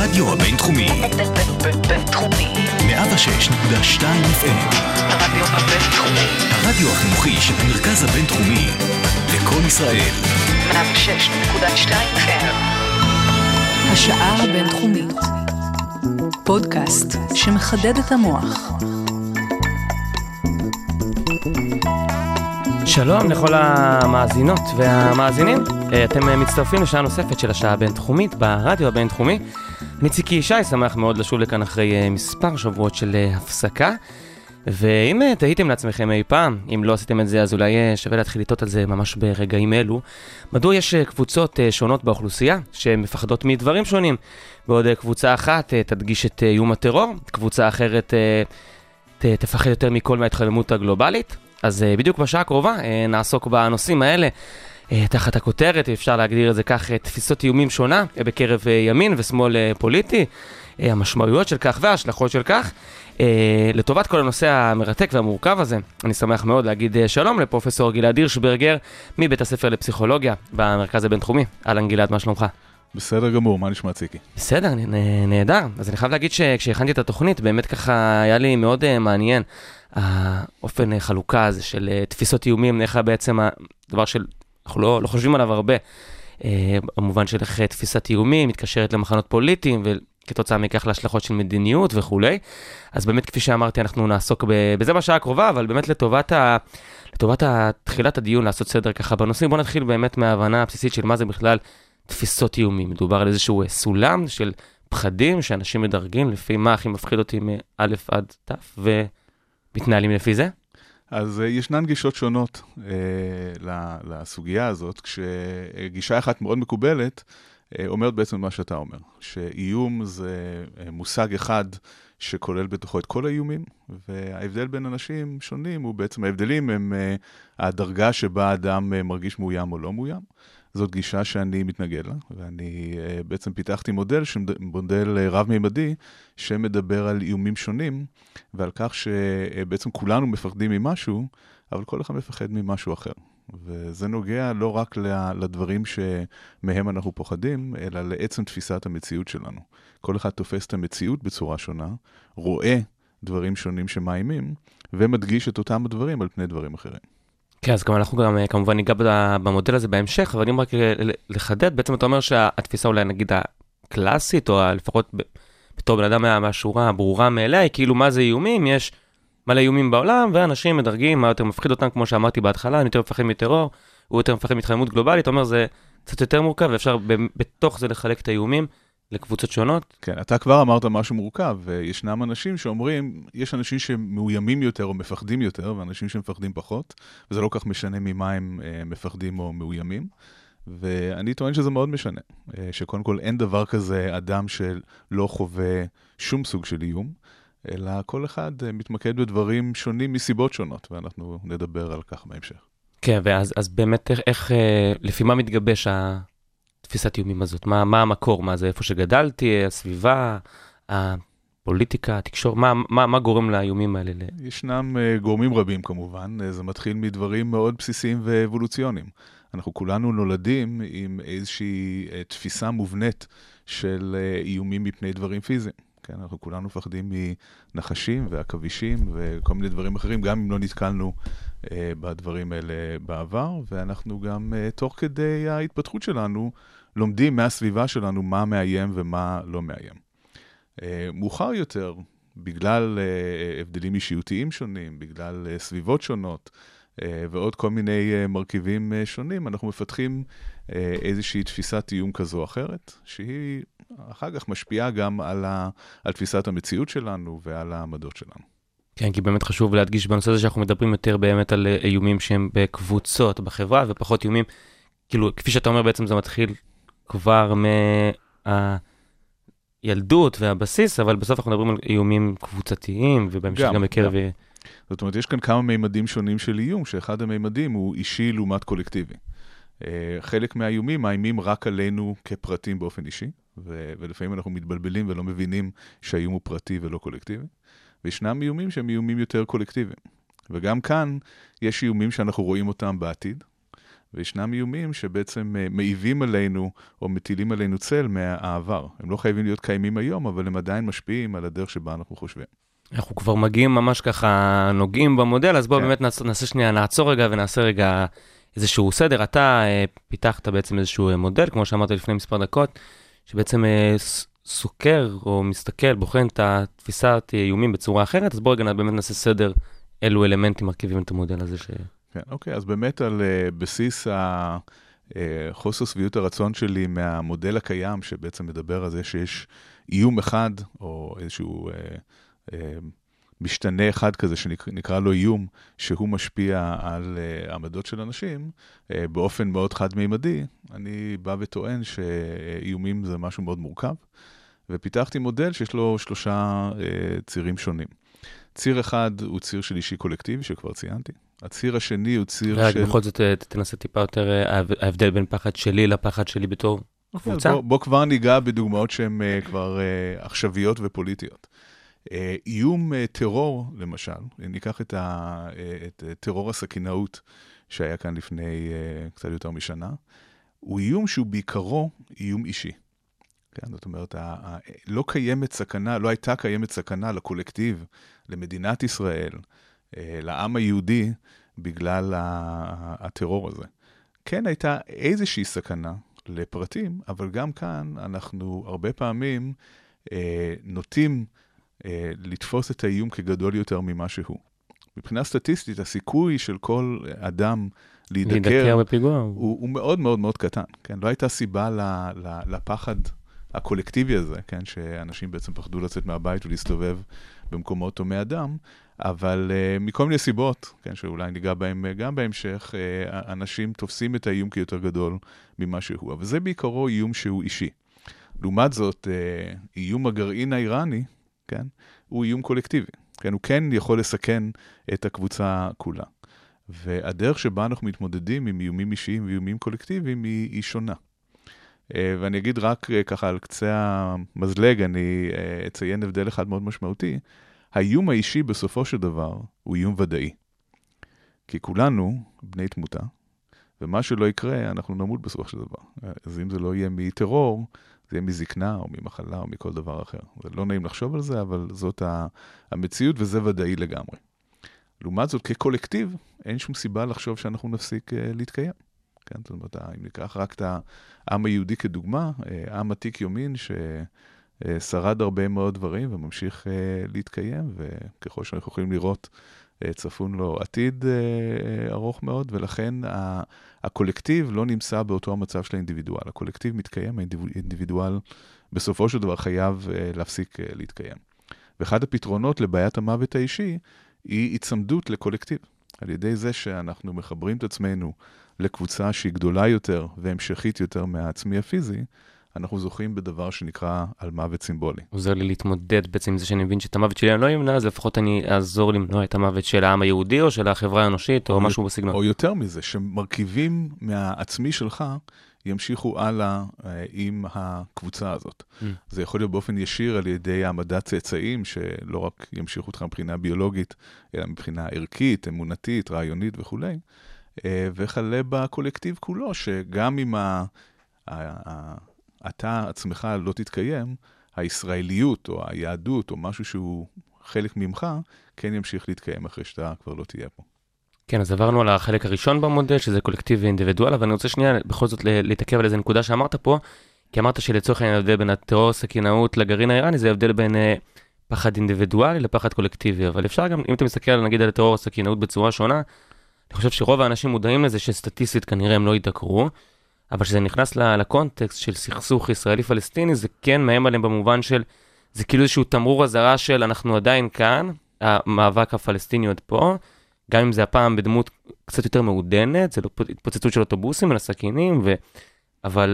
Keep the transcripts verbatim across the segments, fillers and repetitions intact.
הרדיו הבינתחומי. בינתחומי. מאה ושש נקודה שתיים אף אם. הרדיו הבינתחומי. הרדיו החינוכי של המרכז הבינתחומי. לקום ישראל. מאה ושש נקודה שתיים אף אם. השעה הבינתחומית. פודקאסט שמחדד את המוח. שלום לכל המאזינות והמאזינים. אתם מצטרפים לשעה נוספת של השעה הבינתחומית ברדיו הבינתחומי. אני ציקי ישי, שמח מאוד לשוב לכאן אחרי מספר שבועות של הפסקה. ואם תהיתם לעצמכם אי פעם, אם לא עשיתם את זה, אז אולי שווה להתחיל לטעות על זה ממש ברגעים אלו. מדוע יש קבוצות שונות באוכלוסייה שמפחדות מדברים שונים? בעוד קבוצה אחת תדגיש את איום הטרור, קבוצה אחרת תפחד יותר מכל מההתחממות הגלובלית. אז בדיוק בשעה הקרובה נעסוק בנושאים האלה, תחת הכותרת, אפשר להגדיר את זה כך, תפיסות איומים שונה בקרב ימין ושמאל פוליטי, המשמעויות של כך וההשלכות של כך. לטובת כל הנושא המרתק והמורכב הזה, אני שמח מאוד להגיד שלום לפרופסור גלעד הירשברגר, מבית הספר לפסיכולוגיה במרכז הבינתחומי. אהלן גלעד, מה שלומך? בסדר גמור, מה נשמע ציקי? בסדר, נהדר. אז אני חייב להגיד שכשהכנתי את התוכנית, באמת ככה היה לי מאוד מעניין, האופן חלוקה הזה של תפיסות איומים, איך בעצם הדבר של, אנחנו לא, לא חושבים עליו הרבה, במובן של איך תפיסת איומים מתקשרת למחנות פוליטיים, וכתוצאה מכך להשלכות של מדיניות וכו'. אז באמת, כפי שאמרתי, אנחנו נעסוק בזה בשעה הקרובה, אבל באמת לטובת, ה, לטובת תחילת הדיון, לעשות סדר ככה בנושאים, בואו נתחיל באמת מההבנה הבסיסית של מה זה בכלל תפיסות איומים. מדובר על איזשהו סולם של פחדים שאנשים מדרגים, לפי מה הכי מפחיד אותי מאלף עד תף, ומתנהלים לפי זה? אז ישנן גישות שונות אה, לסוגיה הזאת, כשגישה אחת מאוד מקובלת, אה, אומרת בעצם מה שאתה אומר, שאיום זה מושג אחד שכולל בתוכו את כל האיומים, וההבדל בין אנשים שונים הוא בעצם, ההבדלים הם אה, הדרגה שבה אדם אה, מרגיש מאוים או לא מאוים. זאת גישה שאני מתנגד לה, ואני uh, בעצם פיתחתי מודל, מודל uh, רב-מימדי, שמדבר על איומים שונים, ועל כך שבעצם uh, כולנו מפחדים ממשהו, אבל כל אחד מפחד ממשהו אחר. וזה נוגע לא רק לדברים שמהם אנחנו פוחדים, אלא לעצם תפיסת המציאות שלנו. כל אחד תופס את המציאות בצורה שונה, רואה דברים שונים שמאיימים, ומדגיש את אותם הדברים על פני דברים אחרים. כן, אז גם אנחנו גם כמובן ניגע במודל הזה בהמשך, אבל אם רק לחדד, בעצם אתה אומר שהתפיסה אולי נגיד הקלאסית, או לפחות בתור בן אדם מהשורה הברורה מאליה, היא כאילו מה זה איומים, יש מלא איומים בעולם, ואנשים מדרגים מה יותר מפחיד אותם, כמו שאמרתי בהתחלה, אני יותר מפחד מטרור, הוא יותר מפחד מתחממות גלובלית, אתה אומר זה קצת יותר מורכב, ואפשר בתוך זה לחלק את האיומים לקבוצות שונות. כן, אתה כבר אמרת משהו מורכב, וישנם אנשים שאומרים, יש אנשים שמאוימים יותר או מפחדים יותר, ואנשים שמפחדים פחות, וזה לא כך משנה ממה הם מפחדים או מאוימים, ואני טוען שזה מאוד משנה, שקודם כל אין דבר כזה אדם שלא חווה שום סוג של איום, אלא כל אחד מתמקד בדברים שונים מסיבות שונות, ואנחנו נדבר על כך בהמשך. כן, ואז אז באמת איך, לפי מה מתגבש ה... תפיסת איומים הזאת? מה, מה המקור? מה זה איפה שגדלתי, הסביבה, הפוליטיקה, התקשור? מה, מה, מה גורם לאיומים האלה? ישנם uh, גורמים רבים כמובן, uh, זה מתחיל מדברים מאוד בסיסיים ואבולוציוניים. אנחנו כולנו נולדים עם איזושהי uh, תפיסה מובנית של uh, איומים מפני דברים פיזיים. כן, אנחנו כולנו מפחדים מנחשים ועכבישים וכל מיני דברים אחרים, גם אם לא נתקלנו uh, בדברים האלה בעבר, ואנחנו גם uh, תוך כדי ההתפתחות שלנו, לומדים מהסביבה שלנו מה מאיים ומה לא מאיים. Uh, מאוחר יותר, בגלל uh, הבדלים אישיותיים שונים, בגלל uh, סביבות שונות, uh, ועוד כל מיני uh, מרכיבים uh, שונים, אנחנו מפתחים uh, איזושהי תפיסת איום כזו או אחרת, שהיא אחר כך משפיעה גם על, ה, על תפיסת המציאות שלנו ועל העמדות שלנו. כן, כי באמת חשוב להדגיש בנושא הזה שאנחנו מדברים יותר באמת על איומים שהם בקבוצות בחברה, ופחות איומים, כאילו, כפי שאתה אומר בעצם זה מתחיל כבר מהילדות והבסיס, אבל בסוף אנחנו מדברים על איומים קבוצתיים, ובהמשך גם, גם בקרב... גם. זאת אומרת, יש כאן כמה מימדים שונים של איום, שאחד המימדים הוא אישי לעומת קולקטיבי. חלק מהאיומים מאיימים רק עלינו כפרטים באופן אישי, ו- ולפעמים אנחנו מתבלבלים ולא מבינים שהאיום הוא פרטי ולא קולקטיבי. וישנם איומים שהם איומים יותר קולקטיביים. וגם כאן יש איומים שאנחנו רואים אותם בעתיד, וישנם איומים שבעצם מעיבים עלינו או מטילים עלינו צל מהעבר. הם לא חייבים להיות קיימים היום, אבל הם עדיין משפיעים על הדרך שבה אנחנו חושבים. אנחנו כבר מגיעים ממש ככה נוגעים במודל, אז בואו כן. באמת נעשה, נעשה שנייה, נעצור רגע ונעשה רגע איזשהו סדר. אתה אה, פיתחת בעצם איזשהו מודל, כמו שאמרת לפני מספר דקות, שבעצם אה, סוקר או מסתכל, בוחן את התפיסת איומים בצורה אחרת, אז בואו רגע באמת נעשה סדר אילו אלמנטים מרכיבים את המודל הזה ש... כן, אוקיי, אז באמת על uh, בסיס החוסר שביעות הרצון שלי מהמודל הקיים, שבעצם מדבר על זה שיש איום אחד, או איזשהו uh, uh, משתנה אחד כזה, שנקרא לו איום, שהוא משפיע על uh, עמדות של אנשים, uh, באופן מאוד חד-מימדי, אני בא וטוען שאיומים זה משהו מאוד מורכב, ופיתחתי מודל שיש לו שלושה uh, צירים שונים. ציר אחד הוא ציר של אישי קולקטיבי, שכבר ציינתי. הציר השני הוא ציר רק של... בכל זאת תנסה טיפה יותר ההבדל בין פחד שלי לפחד שלי בתור קבוצה. בוא, בוא כבר ניגע בדוגמאות שהן uh, כבר uh, עכשוויות ופוליטיות. Uh, איום uh, טרור, למשל, ניקח את, ה, uh, את uh, טרור הסכינאות שהיה כאן לפני uh, קצת יותר משנה, הוא איום שהוא בעיקרו איום אישי. כן, זאת אומרת, ה, ה, לא קיימת סכנה, לא הייתה קיימת סכנה לקולקטיב, למדינת ישראל, לעם היהודי, בגלל הטרור הזה. כן הייתה איזושהי סכנה לפרטים, אבל גם כאן אנחנו הרבה פעמים אה, נוטים אה, לתפוס את האיום כגדול יותר ממה שהוא. מבחינה סטטיסטית, הסיכוי של כל אדם להידקר בפיגוע הוא, הוא מאוד מאוד מאוד קטן. כן? לא הייתה סיבה ל, ל, לפחד הקולקטיבי הזה, כן? שאנשים בעצם פחדו לצאת מהבית ולהסתובב במקומות תומי אדם, אבל uh, מכל מיני סיבות, כן, שאולי ניגע בהם uh, גם בהמשך, uh, אנשים תופסים את האיום כיותר גדול ממה שהוא. אבל זה בעיקרו איום שהוא אישי. לעומת זאת, uh, איום הגרעין האיראני, כן, הוא איום קולקטיבי. כן, הוא כן יכול לסכן את הקבוצה כולה. והדרך שבה אנחנו מתמודדים עם איומים אישיים ואיומים קולקטיביים היא, היא שונה. Uh, ואני אגיד רק uh, ככה על קצה המזלג, אני uh, אציין הבדל אחד מאוד משמעותי, האיום האישי בסופו של דבר הוא איום ודאי. כי כולנו בני תמותה, ומה שלא יקרה, אנחנו נמות בסופו של דבר. אז אם זה לא יהיה מטרור, זה יהיה מזקנה או ממחלה או מכל דבר אחר. זה לא נעים לחשוב על זה, אבל זאת המציאות וזה ודאי לגמרי. לעומת זאת, כקולקטיב, אין שום סיבה לחשוב שאנחנו נפסיק להתקיים. כן? זאת אומרת, אם ניקח רק את העם היהודי כדוגמה, עם עתיק יומין ש... שרד הרבה מאוד דברים וממשיך uh, להתקיים, וככל שאנחנו יכולים לראות, uh, צפון לו עתיד uh, ארוך מאוד, ולכן ה- הקולקטיב לא נמצא באותו המצב של האינדיבידואל. הקולקטיב מתקיים, האינדיבידואל בסופו של דבר חייב uh, להפסיק uh, להתקיים. ואחד הפתרונות לבעיית המוות האישי, היא הצמדות לקולקטיב. על ידי זה שאנחנו מחברים את עצמנו לקבוצה שהיא גדולה יותר והמשכית יותר מהעצמי הפיזי, אנחנו זוכים בדבר שנקרא על מוות סימבולי. עוזר לי להתמודד בעצם עם זה שאני מבין שאת המוות שלי אני לא אמנע, אז לפחות אני אעזור למנוע את המוות של העם היהודי או של החברה האנושית או, או משהו בסגנון. או יותר מזה, שמרכיבים מהעצמי שלך ימשיכו הלאה אה, עם הקבוצה הזאת. Mm. זה יכול להיות באופן ישיר על ידי העמדת צאצאים, שלא רק ימשיכו אותך מבחינה ביולוגית, אלא מבחינה ערכית, אמונתית, רעיונית וכו'. אה, וחלה בקולקטיב כולו, שגם אם ה... ה, ה אתה עצמך לא תתקיים, הישראליות או היהדות או משהו שהוא חלק ממך, כן ימשיך להתקיים אחרי שאתה כבר לא תהיה פה. כן, אז עברנו על החלק הראשון במודל, שזה קולקטיבי אינדיבידואל, אבל אני רוצה שנייה בכל זאת להתעכב על איזה נקודה שאמרת פה, כי אמרת שלצורך העניין ההבדל בין הטרור הסכינאות לגרעין האיראני, זה הבדל בין אה, פחד אינדיבידואלי לפחד קולקטיבי, אבל אפשר גם, אם אתה מסתכל נגיד על הטרור הסכינאות בצורה שונה, אני חושב שרוב האנשים מודעים לזה שסטטיסטית כנראה הם לא יתקרו, אבל כשזה נכנס לקונטקסט של סכסוך ישראלי-פלסטיני, זה כן מהם עליהם במובן של, זה כאילו איזשהו תמרור הזרה של אנחנו עדיין כאן, המאבק הפלסטיני עוד פה, גם אם זה הפעם בדמות קצת יותר מעודנת, זה לא התפוצצות של אוטובוסים, אלא סכינים, ו... אבל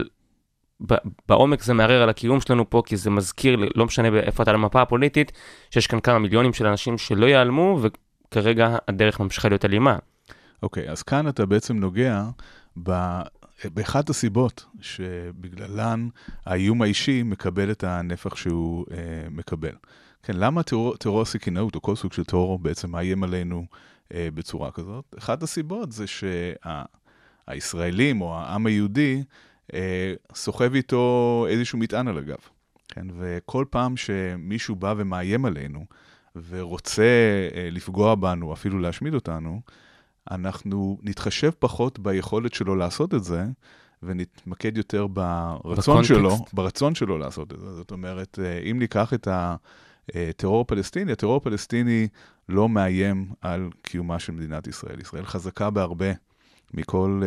בעומק זה מערער על הקיום שלנו פה, כי זה מזכיר, לא משנה איפה אתה על המפה הפוליטית, שיש כאן כמה מיליונים של אנשים שלא ייעלמו, וכרגע הדרך ממשיכה להיות אלימה. אוקיי, אז כאן אתה בעצם נוגע ב... באחת הסיבות שבגללן האיום האישי מקבל את הנפח שהוא אה, מקבל. כן, למה טרור, טרור הסכינאות או כל סוג של טרור בעצם מאיים עלינו אה, בצורה כזאת? אחת הסיבות זה הישראלים או העם היהודי, סוחב איתו איזשהו מטען על הגב. כן? וכל פעם שמישהו בא ומאיים עלינו, ורוצה לפגוע בנו, אפילו להשמיד אותנו, אנחנו נתחשב פחות ביכולת שלו לעשות את זה, ונתמקד יותר ברצון שלו, ברצון שלו לעשות את זה. זאת אומרת, אם ניקח את הטרור הפלסטיני, הטרור הפלסטיני לא מאיים על קיומה של מדינת ישראל. ישראל חזקה בהרבה מכל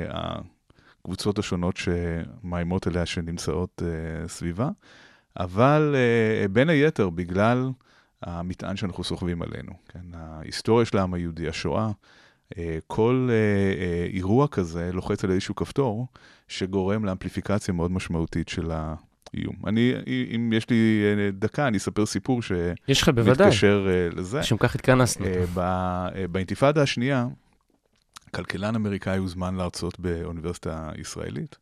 הקבוצות השונות שמאיימות אליה שנמצאות סביבה, אבל בין היתר, בגלל המטען שאנחנו סוחבים עלינו, כן? ההיסטוריה של העם היהודי, השואה, כל אירוע כזה לוחץ על איזשהו כפתור, שגורם לאמפליפיקציה מאוד משמעותית של האיום. אני, אם יש לי דקה, אני אספר סיפור שמתקשר לזה. שום כך התכנסנו. באינתיפאדה השנייה, כלכלן אמריקאי הוזמן להרצות באוניברסיטה ישראלית,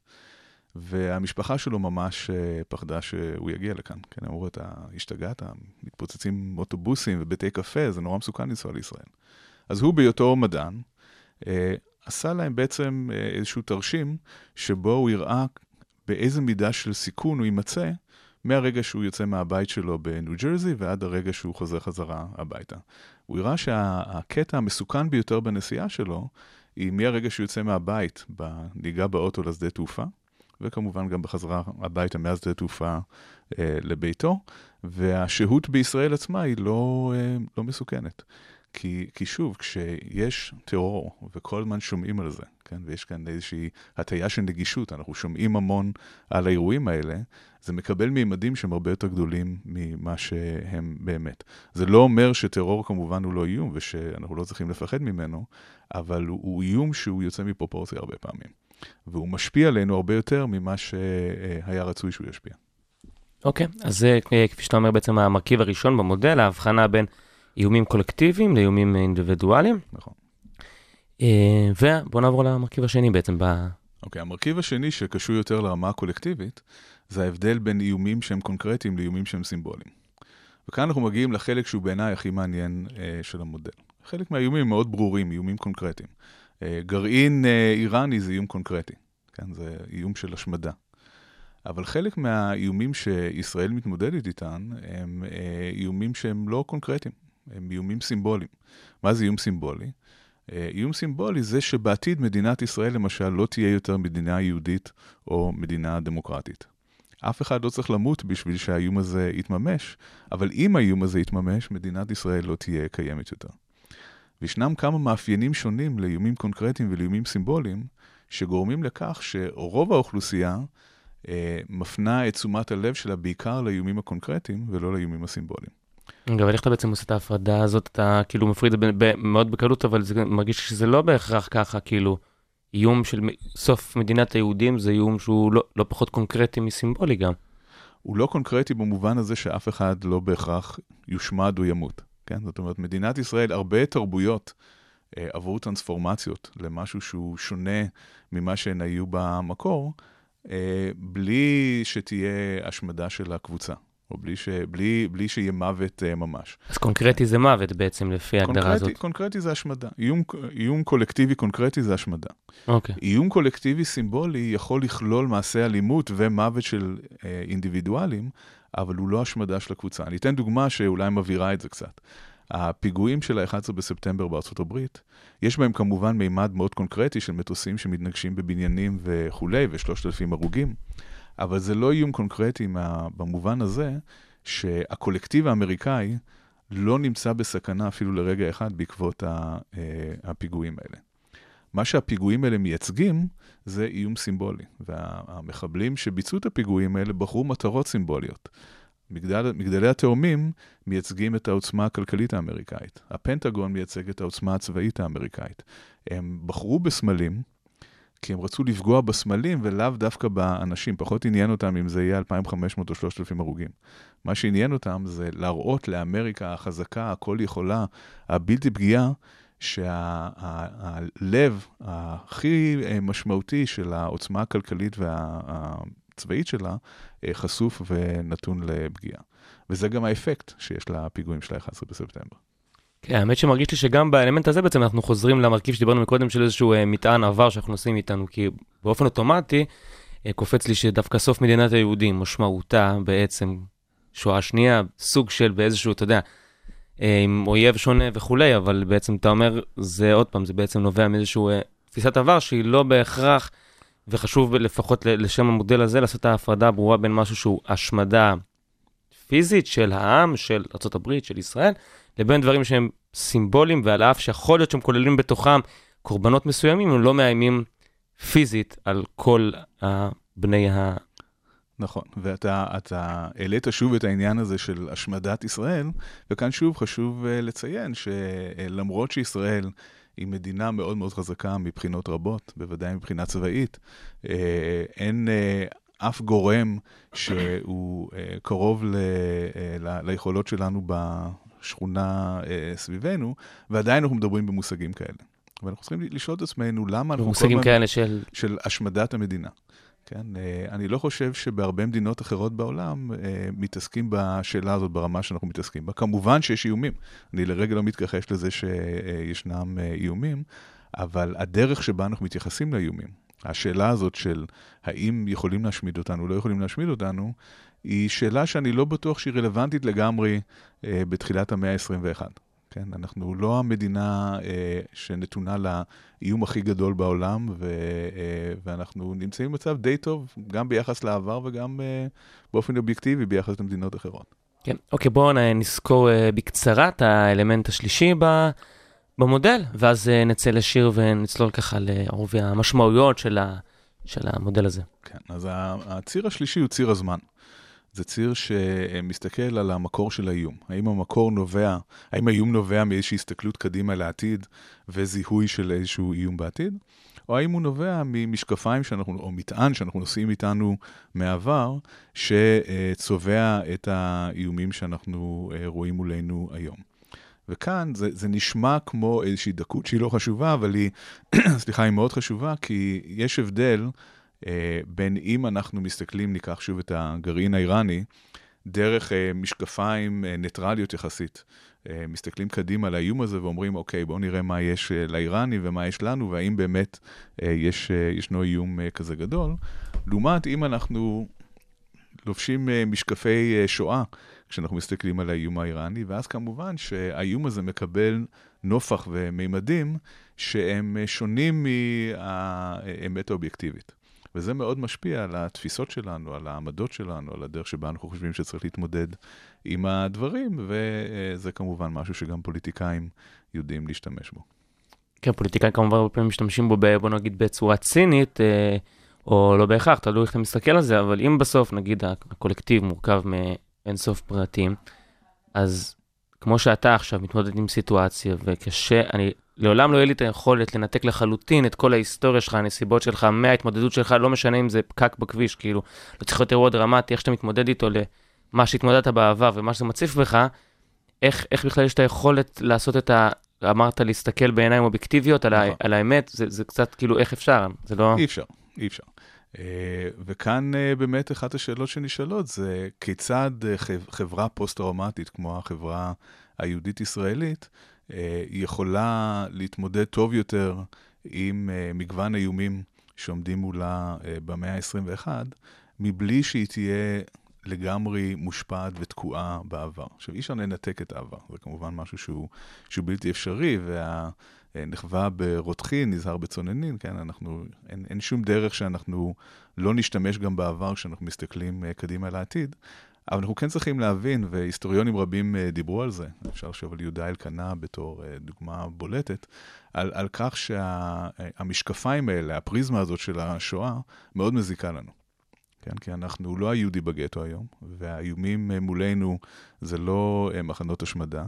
והמשפחה שלו ממש פחדה שהוא יגיע לכאן. כן, אמרו, אתה השתגעת, מתפוצצים אוטובוסים ובתי קפה, זה נורא מסוכן לנסוע לישראל. אז הוא בהיותו מדען, אה, עשה להם בעצם אה, איזשהו תרשים, שבו הוא יראה באיזה מידה של סיכון הוא יימצא, מהרגע שהוא יוצא מהבית שלו בניו ג'רזי, ועד הרגע שהוא חוזר חזרה הביתה. הוא יראה שהקטע המסוכן ביותר בנסיעה שלו, היא מהרגע שהוא יוצא מהבית, בניגה באוטו לשדה תעופה, וכמובן גם בחזרה הביתה מהשדה תעופה אה, לביתו, והשהות בישראל עצמה היא לא, אה, לא מסוכנת. כי, כי שוב, כשיש טרור, וכל הזמן שומעים על זה, כן? ויש כאן איזושהי הטיה של נגישות, אנחנו שומעים המון על האירועים האלה, זה מקבל מימדים שהם הרבה יותר גדולים ממה שהם באמת. זה לא אומר שטרור כמובן הוא לא איום, ושאנחנו לא צריכים לפחד ממנו, אבל הוא, הוא איום שהוא יוצא מפרופורציה הרבה פעמים. והוא משפיע עלינו הרבה יותר ממה שהיה רצוי שהוא ישפיע. אוקיי, אז זה, כפי שאתה אומר, בעצם המרכיב הראשון במודל, ההבחנה בין איומים קולקטיביים לאיומים אינדיבידואליים. נכון. ובואו נעבור למרכיב השני בעצם. אוקיי, המרכיב השני שקשור יותר לרמה הקולקטיבית, זה ההבדל בין איומים שהם קונקרטיים לאיומים שהם סימבוליים. וכאן אנחנו מגיעים לחלק שהוא בעיניי הכי מעניין של המודל. חלק מהאיומים מאוד ברורים, איומים קונקרטיים. גרעין איראני זה איום קונקרטי, כן? זה איום של השמדה. אבל חלק מהאיומים שישראל מתמודדת איתן, הם איומים שהם לא קונקרטיים, הם איומים סימבוליים. מה זה איום סימבולי? איום סימבולי זה שבעתיד מדינת ישראל למשל לא תהיה יותר מדינה יהודית או מדינה דמוקרטית. אף אחד לא צריך למות בשביל שהאיום הזה יתממש, אבל אם האיום הזה יתממש, מדינת ישראל לא תהיה קיימת יותר. וישנם כמה מאפיינים שונים לאיומים קונקרטיים ולאיומים סימבוליים, שגורמים לכך שרוב האוכלוסייה אה, מפנה את תשומת הלב שלה בעיקר לאיומים הקונקרטיים ולא לאיומים הסימבוליים. אבל איך אתה בעצם עושה את ההפרדה הזאת, אתה כאילו מפריד את זה מאוד בקלות, אבל זה מרגיש שזה לא בהכרח ככה, כאילו, איום של סוף מדינת היהודים זה איום שהוא לא, לא פחות קונקרטי מסימבולי גם. הוא לא קונקרטי במובן הזה שאף אחד לא בהכרח יושמד או ימות. כן? זאת אומרת, מדינת ישראל, הרבה תרבויות אה, עברו טרנספורמציות למשהו שהוא שונה ממה שהן היו במקור, אה, בלי שתהיה השמדה של הקבוצה, או בלי, ש, בלי, בלי שיהיה מוות אה, ממש. אז קונקרטי זה מוות בעצם לפי ההגדרה הזאת. קונקרטי זה השמדה. איום, איום קולקטיבי קונקרטי זה השמדה. אוקיי. איום קולקטיבי סימבולי יכול לכלול מעשה אלימות ומוות של אה, אינדיבידואלים, אבל הוא לא השמדה של הקבוצה. אני אתן דוגמה שאולי מבהירה את זה קצת. הפיגועים של ה-אחד עשר בספטמבר בארצות הברית, יש בהם כמובן מימד מאוד קונקרטי של מטוסים שמתנגשים בבניינים וכולי, ושלושת אלפים הרוגים, אבל זה לא איום קונקרטי מה, במובן הזה שהקולקטיב האמריקאי לא נמצא בסכנה אפילו לרגע אחד בעקבות הפיגועים האלה. מה שהפיגועים האלה מייצגים זה איום סימבולי, והמחבלים שביצעו את הפיגועים האלה בחרו מטרות סימבוליות. מגדל, מגדלי התאומים מייצגים את העוצמה הכלכלית האמריקאית. הפנטגון מייצג את העוצמה הצבאית האמריקאית. הם בחרו בסמלים, כי הם רצו לפגוע בסמלים ולאו דווקא באנשים. פחות עניין אותם אם זה יהיה אלפיים וחמש מאות או שלושת אלפים הרוגים. מה שעניין אותם זה להראות לאמריקה החזקה, הכל יכולה, הבלתי פגיעה, שהלב הכי משמעותי של העוצמה הכלכלית והצבאית שלה חשוף ונתון לפגיעה. וזה גם האפקט שיש לפיגועים של ה-אחד עשר בספטמבר. כן, האמת שמרגיש לי שגם באלמנט הזה בעצם אנחנו חוזרים למרכיב שדיברנו מקודם של איזשהו מטען עבר שאנחנו נוסעים איתנו, כי באופן אוטומטי קופץ לי שדווקא סוף מדינת היהודים, משמעותה בעצם שואה שנייה, סוג של באיזשהו, אתה יודע, עם אויב שונה וכולי, אבל בעצם אתה אומר, זה עוד פעם, זה בעצם נובע מאיזשהו תפיסת עבר שהיא לא בהכרח, וחשוב לפחות לשם המודל הזה, לעשות את ההפרדה הברורה בין משהו שהוא השמדה פיזית של העם, של ארצות הברית, של ישראל, לבין דברים שהם סימבוליים, ועל אף שיכול להיות שהם כוללים בתוכם קורבנות מסוימים, הם לא מאיימים פיזית על כל בני ה... נכון, ואתה אתה העלית שוב את העניין הזה של השמדת ישראל, וכאן שוב חשוב לציין שלמרות שישראל היא מדינה מאוד מאוד חזקה מבחינות רבות, בוודאי מבחינה צבאית, אין אף גורם שהוא קרוב ל, ל, ליכולות שלנו בשכונה סביבנו, ועדיין אנחנו מדברים במושגים כאלה. ואנחנו צריכים לשאול את עצמנו למה אנחנו... במושגים כאלה של... של השמדת המדינה. כן? אני לא חושב שבהרבה מדינות אחרות בעולם מתעסקים בשאלה הזאת ברמה שאנחנו מתעסקים בה. כמובן שיש איומים. אני לרגע לא מתכחש לזה שישנם איומים, אבל הדרך שבה אנחנו מתייחסים לאיומים, השאלה הזאת של האם יכולים להשמיד אותנו, לא יכולים להשמיד אותנו, היא שאלה שאני לא בטוח שהיא רלוונטית לגמרי בתחילת המאה ה-עשרים ואחת. כן, אנחנו לא המדינה אה, שנתונה לאיום הכי גדול בעולם, ו, אה, ואנחנו נמצאים במצב די טוב, גם ביחס לעבר וגם אה, באופן אובייקטיבי ביחס למדינות אחרות. כן, אוקיי, בואו נזכור אה, בקצרה את האלמנט השלישי ב, במודל, ואז אה, נצא לשיר ונצלול ככה לעובי המשמעויות של, ה, של המודל הזה. כן, אז הציר השלישי הוא ציר הזמן. זה ציר שמסתכל על המקור של האיום. האם המקור נובע, האם האיום נובע מאיזושהי הסתכלות קדימה לעתיד וזיהוי של איזשהו איום בעתיד? או האם הוא נובע ממשקפיים שאנחנו, או מטען שאנחנו נושאים איתנו מעבר, שצובע את האיומים שאנחנו רואים מולנו היום. וכאן זה, זה נשמע כמו איזושהי דקות שהיא לא חשובה, אבל היא, סליחה, היא מאוד חשובה, כי יש הבדל בין אם אנחנו מסתכלים, ניקח שוב את הגרעין האיראני, דרך משקפיים ניטרליות יחסית. מסתכלים קדימה על האיום הזה ואומרים, אוקיי, בואו נראה מה יש לאיראני ומה יש לנו, והאם באמת יש, ישנו איום כזה גדול. לעומת, אם אנחנו לובשים משקפי שואה, כשאנחנו מסתכלים על האיום האיראני, ואז כמובן שהאיום הזה מקבל נופח ומימדים שהם שונים מהאמת האובייקטיבית. וזה מאוד משפיע על התפיסות שלנו, על העמדות שלנו, על הדרך שבה אנחנו חושבים שצריך להתמודד עם הדברים, וזה כמובן משהו שגם פוליטיקאים יודעים להשתמש בו. כן, פוליטיקאים כמובן הרבה פעמים משתמשים בו, בוא נגיד, בצורה צינית, או לא בהכרח, תלוי איך אתה מסתכל על זה, אבל אם בסוף, נגיד, הקולקטיב מורכב מאינסוף פרטים, אז כמו שאתה עכשיו מתמודד עם סיטואציה, וקשה, אני לעולם לא יהיה לי את היכולת לנתק לחלוטין את כל ההיסטוריה שלך, הנסיבות שלך, מההתמודדות שלך, לא משנה אם זה פקק בכביש, כאילו, לא צריך להיות אירוע דרמטי, איך שאתה מתמודד איתו למה שהתמודדת בעבר ומה שזה מציף בך, איך, איך בכלל יש את היכולת לעשות את ה... אמרת להסתכל בעיניים אובייקטיביות על, ה, על האמת, זה, זה קצת כאילו איך אפשר, זה לא... אי אפשר, אי אפשר. וכאן באמת אחת השאלות שנשאלות זה כיצד חברה פוסט-טראומטית כמו החברה היהודית-ישראלית יכולה להתמודד טוב יותר עם מגוון האיומים שעומדים מולה במאה ה-עשרים ואחת, מבלי שהיא תהיה לגמרי מושפעת ותקועה בעבר. עכשיו, אי אפשר לנתק את העבר, זה כמובן משהו שהוא, שהוא בלתי אפשרי, והנחווה ברותחין, נזהר בצוננין, כן, אנחנו, אין, אין שום דרך שאנחנו לא נשתמש גם בעבר כשאנחנו מסתכלים קדימה לעתיד, אבל אנחנו כן צריכים להבין, והיסטוריונים רבים דיברו על זה, אפשר לחשוב על יהודה אלקנה בתור דוגמה בולטת, על, על כך שהמשקפיים האלה, הפריזמה הזאת של השואה, מאוד מזיקה לנו. כן, כי אנחנו לא היהודי בגטו היום, והאיומים מולנו זה לא מחנות השמדה,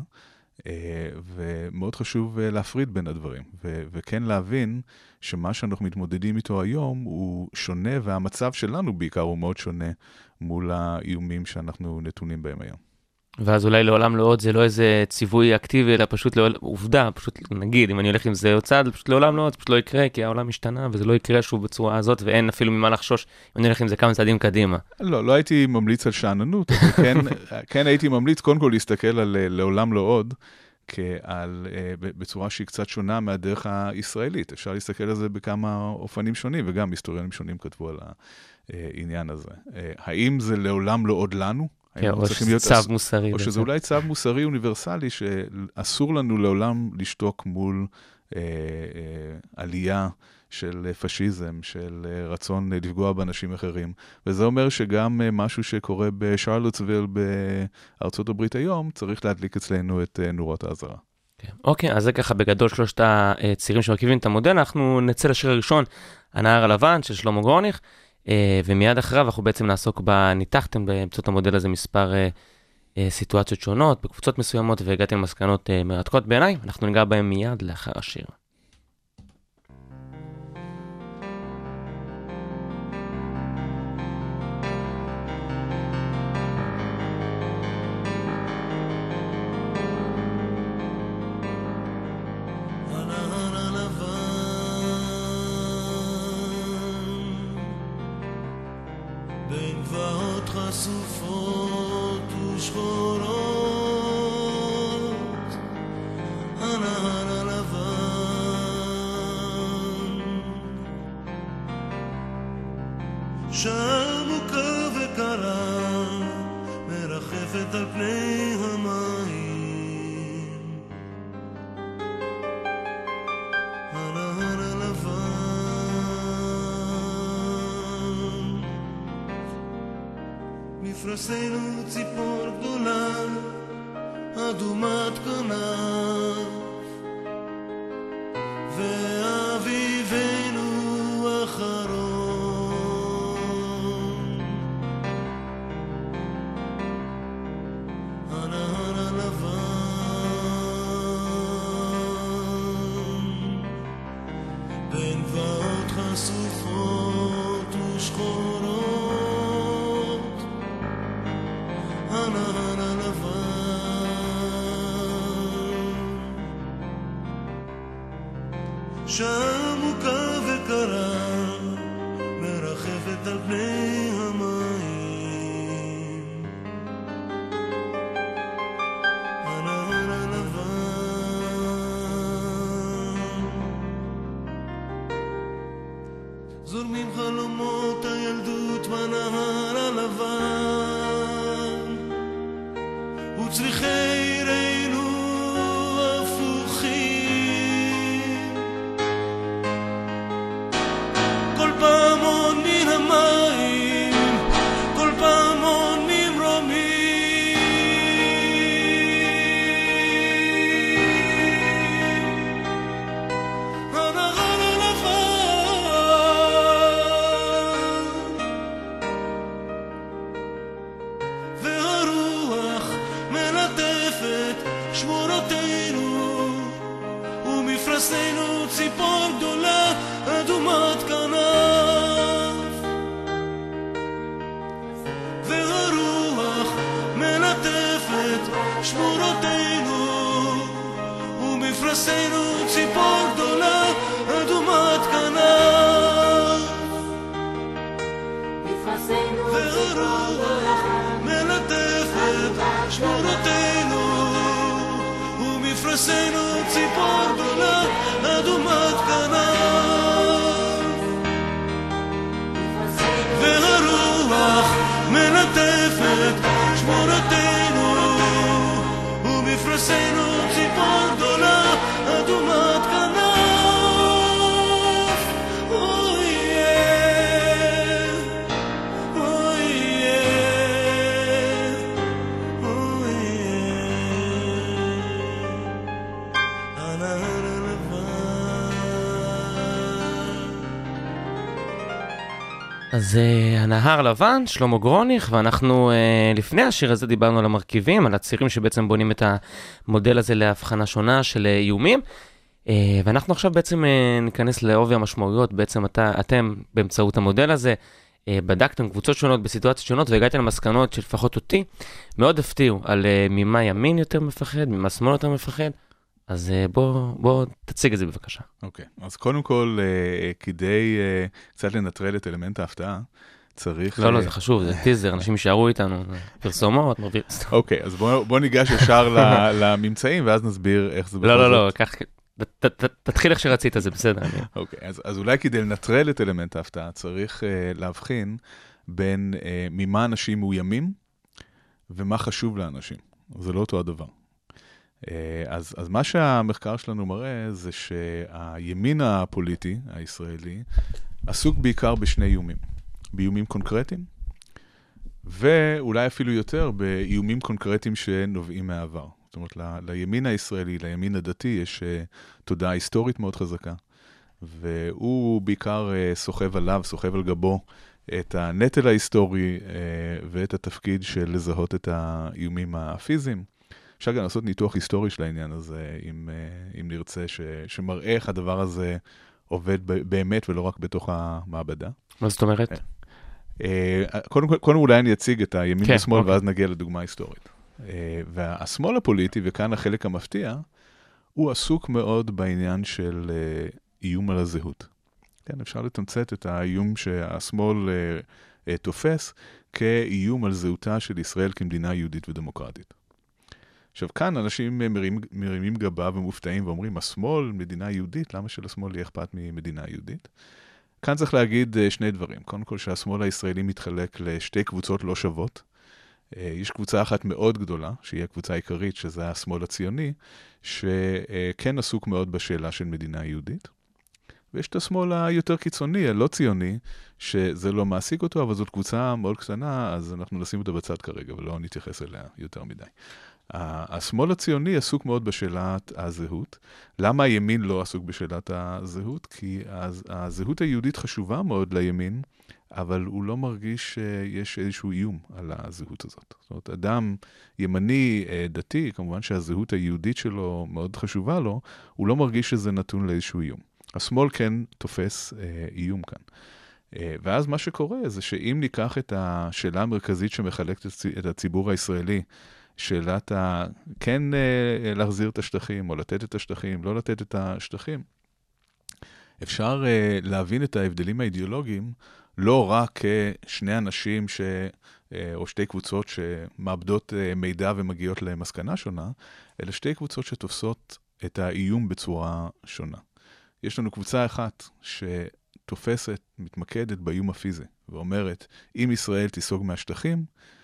ומאוד חשוב להפריד בין הדברים, ו- וכן להבין שמה שאנחנו מתמודדים איתו היום הוא שונה, והמצב שלנו בעיקר הוא מאוד שונה מול האיומים שאנחנו נתונים בהם היום. ואז אולי לעולם לא עוד, זה לא איזה ציווי אקטיבי, אלא פשוט לעולם, עובדה, פשוט נגיד, אם אני הולך עם זה עוד צעד, פשוט לעולם לא עוד, פשוט לא יקרה, כי העולם השתנה, וזה לא יקרה שוב בצורה הזאת, ואין אפילו ממה לחשוש, אם אני הולך עם זה כמה צעדים קדימה. לא, לא הייתי ממליץ על שעננות, אבל כן, כן הייתי ממליץ קודם כל להסתכל על לעולם לא עוד, כעל, בצורה שהיא קצת שונה מהדרך הישראלית. אפשר להסתכל על זה בכמה אופנים שונים, וגם היסטוריונים שונים כתבו על העניין הזה. האם זה לעולם לא עוד לנו? כן, או שזה צו אס... מוסרי. או שזה אולי צו מוסרי אוניברסלי, שאסור לנו לעולם לשתוק מול אה, אה, עלייה של פשיזם, של רצון לפגוע באנשים אחרים. וזה אומר שגם משהו שקורה בשרלוטסוויל בארצות הברית היום, צריך להדליק אצלנו את נורות האזהרה. אוקיי, אז זה ככה בגדול שלושת הצירים שמרכיבים את המודל. אנחנו נצא לשיר הראשון, הנהר הלבן של שלמה גורניך, ומיד אחריו אנחנו בעצם נעסוק בניתחתם באמצעות המודל הזה מספר סיטואציות שונות, בקבוצות מסוימות, והגעתם למסקנות מרתקות בעיניי. אנחנו ניגע בהם מיד לאחר השיר. מפרשנו ציפור גדולה, אדומת כנף, ואביבנו אחרון. הנהר הלבן, בין גבעות חשופות ושחורות, הנהר הלבן, שם מוכה וקרה, מרחפת על פני המים. הנהר הלבן, זורמים חלומות הילדות בנהר הלבן, וצריכי עירנו הפוכים, כל פעם עוד מן המים, כל פעם עוד ממרומים. הנהר הלבן, והרוח מלטפת שמורתנו, ומפרשנו ציפור גדולה, אדומת כנף, והרוח מלטפת שמורתנו, ומפרשנו ציפור גדולה, אדומת כנף, והרוח מלטפת שמורתנו, ומפרשנו ציפור גדולה, אדומת כנף, והרוח מלטפת שמורתנו, ומפרשנו ציפור גדולה, אדומת כנף. אוי אוי אוי, הנהר אז uh, הנהר לבן, שלמה גורניך, ואנחנו uh, לפני השיר הזה דיברנו על המרכיבים, על הצירים שבעצם בונים את המודל הזה להבחנה שונה של uh, איומים, uh, ואנחנו עכשיו בעצם uh, ניכנס לעובי המשמעויות. בעצם אתה, אתם באמצעות המודל הזה uh, בדקתם קבוצות שונות בסיטואציות שונות, והגעתם למסקנות שלפחות אותי מאוד הפתיעו על uh, ממה ימין יותר מפחד, ממה שמאל יותר מפחד. אז בוא, בוא תציג את זה בבקשה. אוקיי, אז קודם כל, כדי קצת לנטרל את אלמנט ההפתעה, צריך... לא, לא, זה חשוב, זה טיזר, אנשים יישארו איתנו, פרסומות, מרביר... אוקיי, אז בוא ניגש ישר לממצאים, ואז נסביר איך זה... לא, לא, לא, כך... תתחיל איך שרצית, זה בסדר. אוקיי, אז אולי כדי לנטרל את אלמנט ההפתעה, צריך להבחין בין ממה אנשים מאוימים, ומה חשוב לאנשים. זה לא אותו הדבר. אז, אז מה שהמחקר שלנו מראה זה שהימין הפוליטי הישראלי עסוק בעיקר בשני איומים. באיומים קונקרטיים, ואולי אפילו יותר באיומים קונקרטיים שנובעים מהעבר. זאת אומרת, ל, לימין הישראלי, לימין הדתי, יש uh, תודעה היסטורית מאוד חזקה, והוא בעיקר uh, סוחב עליו, סוחב על גבו את הנטל ההיסטורי uh, ואת התפקיד של לזהות את האיומים הפיזיים. אפשר גם לעשות ניתוח היסטורי של העניין הזה, אם, אם נרצה, ש, שמראה איך הדבר הזה עובד באמת ולא רק בתוך המעבדה. מה זאת אומרת? קודם, קודם אולי אני אציג את הימין כן, ושמאל, אוקיי. ואז נגיע לדוגמה היסטורית. והשמאל הפוליטי, וכאן החלק המפתיע, הוא עסוק מאוד בעניין של איום על הזהות. כן, אפשר לתמצת את האיום שהשמאל תופס כאיום על זהותה של ישראל כמדינה יהודית ודמוקרטית. עכשיו, כאן אנשים מרימים, מרימים גבה ומופתעים ואומרים, השמאל, מדינה יהודית, למה שלשמאל יהיה אכפת ממדינה יהודית? כאן צריך להגיד שני דברים. קודם כל, שהשמאל הישראלי מתחלק לשתי קבוצות לא שוות. יש קבוצה אחת מאוד גדולה, שהיא הקבוצה העיקרית, שזה השמאל הציוני, שכן עסוק מאוד בשאלה של מדינה יהודית. ויש את השמאל היותר קיצוני, הלא ציוני, שזה לא מעסיק אותו, אבל זאת קבוצה מאוד קטנה, אז אנחנו נשים אותה בצד כרגע, ולא נתייחס אליה יותר מדי. השמאל הציוני עסוק מאוד בשאלת הזהות. למה הימין לא עסוק בשאלת הזהות? כי הזהות היהודית חשובה מאוד לימין, אבל הוא לא מרגיש שיש איזשהו איום על הזהות הזאת. זאת אומרת, אדם ימני דתי, כמובן שהזהות היהודית שלו מאוד חשובה לו, הוא לא מרגיש שזה נתון לאיזשהו איום. השמאל כן תופס איום כאן. ואז מה שקורה זה שאם ניקח את השאלה המרכזית שמחלקת את הציבור הישראלי, שאלת ה... כן להחזיר את השטחים, או לתת את השטחים, לא לתת את השטחים, אפשר להבין את ההבדלים האידיאולוגיים, לא רק כשני אנשים ש... או שתי קבוצות שמאבדות מידע ומגיעות למסקנה שונה, אלא שתי קבוצות שתופסות את האיום בצורה שונה. יש לנו קבוצה אחת שתופסת, מתמקדת באיום הפיזי, ואומרת, אם ישראל תיסוג מהשטחים,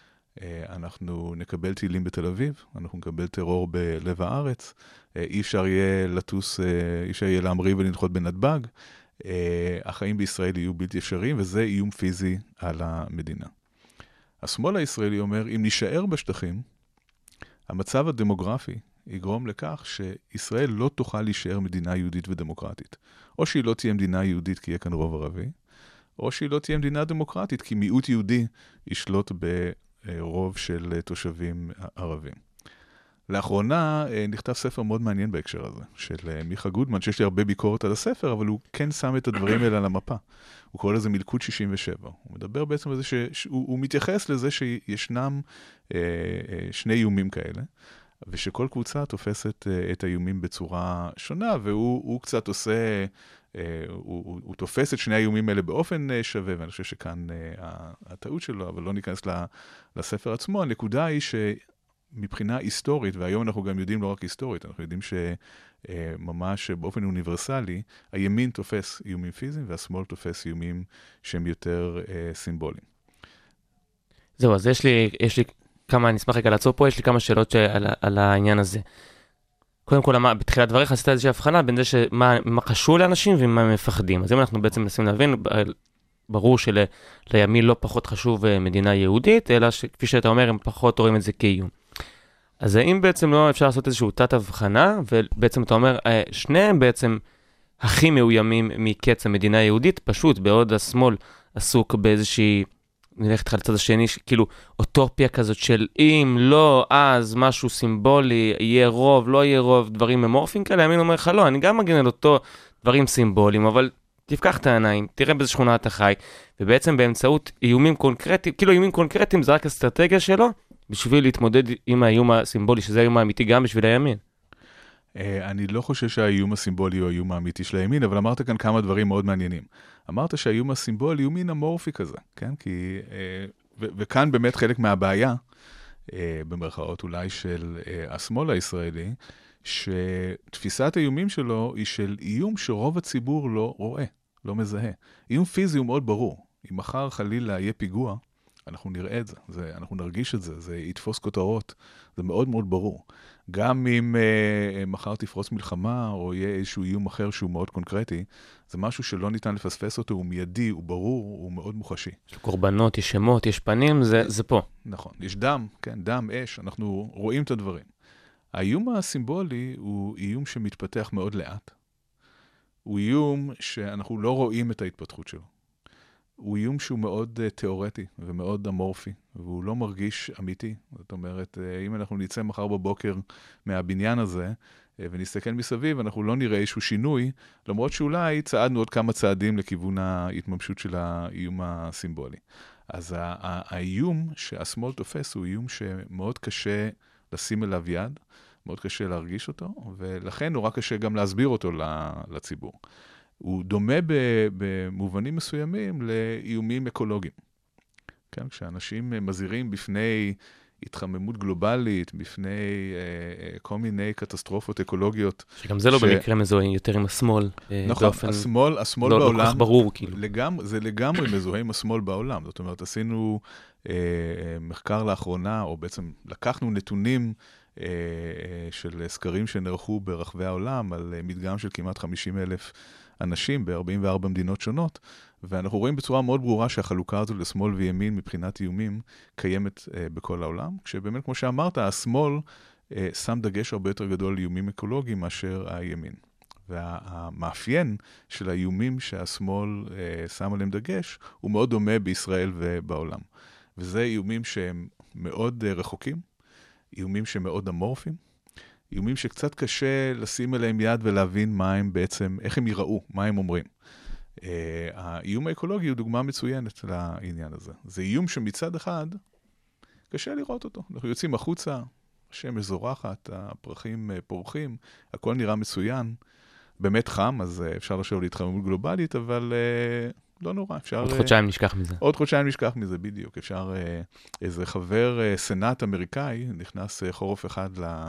אנחנו נקבל טילים בתל אביב, אנחנו נקבל טרור בלב הארץ, אי אפשר יהיה לטוס, אי אפשר יהיה להמריא ולנחות בנתב"ג, החיים בישראל יהיו בלתי אפשריים, וזה איום פיזי על המדינה. השמאל הישראלי אומר, אם נשאר בשטחים, המצב הדמוגרפי יגרום לכך שישראל לא תוכל להישאר מדינה יהודית ודמוקרטית. או שהיא לא תהיה מדינה יהודית כי יהיה כאן רוב ערבי, או שהיא לא תהיה מדינה דמוקרטית כי מיעוט יהודי ישלוט ברוב של תושבים ערבים. לאחרונה נכתב ספר מאוד מעניין בהקשר הזה, של מיכה גודמן, שיש לי הרבה ביקורת על הספר, אבל הוא כן שם את הדברים האלה על המפה. הוא קורא לזה מלכוד שישים ושבע. הוא מדבר בעצם על זה שהוא הוא מתייחס לזה שישנם אה, אה, שני איומים כאלה, ושכל קבוצה תופסת אה, את האיומים בצורה שונה, והוא הוא קצת עושה, אה, הוא, הוא, הוא תופס את שני האיומים האלה באופן אה, שווה, ואני חושב שכאן אה, הטעות שלו, אבל לא ניכנס לספר עצמו. הנקודה היא ש... מבחינה היסטורית, והיום אנחנו גם יודעים לא רק היסטורית, אנחנו יודעים שממש באופן אוניברסלי, הימין תופס איומים פיזיים, והשמאל תופס איומים שהם יותר אה, סימבוליים. זהו, אז יש לי, יש לי כמה, אני אשמח רגע לעצור פה, יש לי כמה שאלות ש... על, על העניין הזה. קודם כל, בתחילת דבריך עשית איזושהי הבחנה בין זה שמה מה חשוב לאנשים ומה הם מפחדים. אז אם אנחנו בעצם מנסים להבין, ברור שלימין לא פחות חשוב מדינה יהודית, אלא שכפי שאתה אומר, הם פחות רואים את זה כאיום. אז האם בעצם לא אפשר לעשות איזשהו תת הבחנה, ובעצם אתה אומר, שניהם בעצם הכי מאוימים מקץ המדינה היהודית, פשוט בעוד השמאל עסוק באיזושהי, נלך איתך לצד השני, כאילו אוטופיה כזאת של אם לא, אז משהו סימבולי, יהיה רוב, לא יהיה רוב, דברים אמורפיים כאלה, הימין אומר לך, לא, אני גם מגן על אותו דברים סימבוליים, אבל תפקח את העיניים, תראה באיזה שכונה אתה חי, ובעצם באמצעות איומים קונקרטיים, כאילו איומים קונקרטיים זה רק אסטרטגיה שלו, בשביל להתמודד עם האיום הסימבולי, שזה האיום האמיתי גם בשביל הימין. אני לא חושב שהאיום הסימבולי הוא האיום האמיתי של הימין, אבל אמרת כאן כמה דברים מאוד מעניינים. אמרת שהאיום הסימבולי הוא מין אמורפי כזה, כן? כי, ו- וכאן באמת חלק מהבעיה, במרכאות אולי של השמאל הישראלי, שתפיסת האיומים שלו היא של איום שרוב הציבור לא רואה, לא מזהה. איום פיזי הוא מאוד ברור. אם מחר חלילה יהיה פיגוע, אנחנו נראה את זה, זה, אנחנו נרגיש את זה, זה יתפוס כותרות, זה מאוד מאוד ברור. גם אם אה, מחר תפרוץ מלחמה, או יהיה איזשהו איום אחר שהוא מאוד קונקרטי, זה משהו שלא ניתן לפספס אותו, הוא מיידי, הוא ברור, הוא מאוד מוחשי. יש קורבנות, יש שמות, יש פנים, זה, זה פה. נכון, יש דם, כן, דם, אש, אנחנו רואים את הדברים. האיום הסימבולי הוא איום שמתפתח מאוד לאט. הוא איום שאנחנו לא רואים את ההתפתחות שלו. הוא איום שהוא מאוד uh, תיאורטי ומאוד אמורפי, והוא לא מרגיש אמיתי. זאת אומרת, uh, אם אנחנו נצא מחר בבוקר מהבניין הזה, uh, ונסתכל מסביב, אנחנו לא נראה איזשהו שינוי, למרות שאולי צעדנו עוד כמה צעדים לכיוון ההתממשות של האיום הסימבולי. אז האיום שהשמאל תופס הוא איום שמאוד קשה לשים אליו יד, מאוד קשה להרגיש אותו, ולכן נורא קשה גם להסביר אותו לציבור. הוא דומה במובנים מסוימים לאיומים אקולוגיים. כן, כשאנשים מזהירים בפני התחממות גלובלית, בפני אה, כל מיני קטסטרופות אקולוגיות. שגם זה לא ש... במקרה מזוהה יותר עם השמאל. נכון, באופן... השמאל, השמאל לא, בעולם, לא כל כך ברור, כאילו. לגמרי, זה לגמרי מזוהה עם השמאל בעולם. זאת אומרת, עשינו אה, מחקר לאחרונה, או בעצם לקחנו נתונים אה, של סקרים שנערכו ברחבי העולם, על מדגם של כמעט חמישים אלף אנשים ב-ארבעים וארבע מדינות שונות, ואנחנו רואים בצורה מאוד ברורה שהחלוקה הזו לשמאל וימין מבחינת איומים קיימת אה, בכל העולם, כשבאמת כמו שאמרת, השמאל אה, שם דגש הרבה יותר גדול על איומים אקולוגיים מאשר הימין. והמאפיין של האיומים שהשמאל אה, שם עליהם דגש, הוא מאוד דומה בישראל ובעולם. וזה איומים שהם מאוד אה, רחוקים, איומים שמאוד אמורפיים, איומים שקצת קשה לשים עליהם יד ולהבין מה הם בעצם, איך הם ייראו, מה הם אומרים. Uh, האיום האקולוגי הוא דוגמה מצוינת לעניין הזה. זה איום שמצד אחד קשה לראות אותו. אנחנו יוצאים החוצה, השמש זורחת, הפרחים פורחים, הכל נראה מצוין. באמת חם, אז אפשר לשאול להתחממות גלובלית, אבל uh, לא נורא. אפשר, עוד חודשיים נשכח מזה. עוד חודשיים נשכח מזה, בדיוק. אפשר, uh, איזה חבר uh, סנאט אמריקאי, נכנס uh, חורף אחד ל...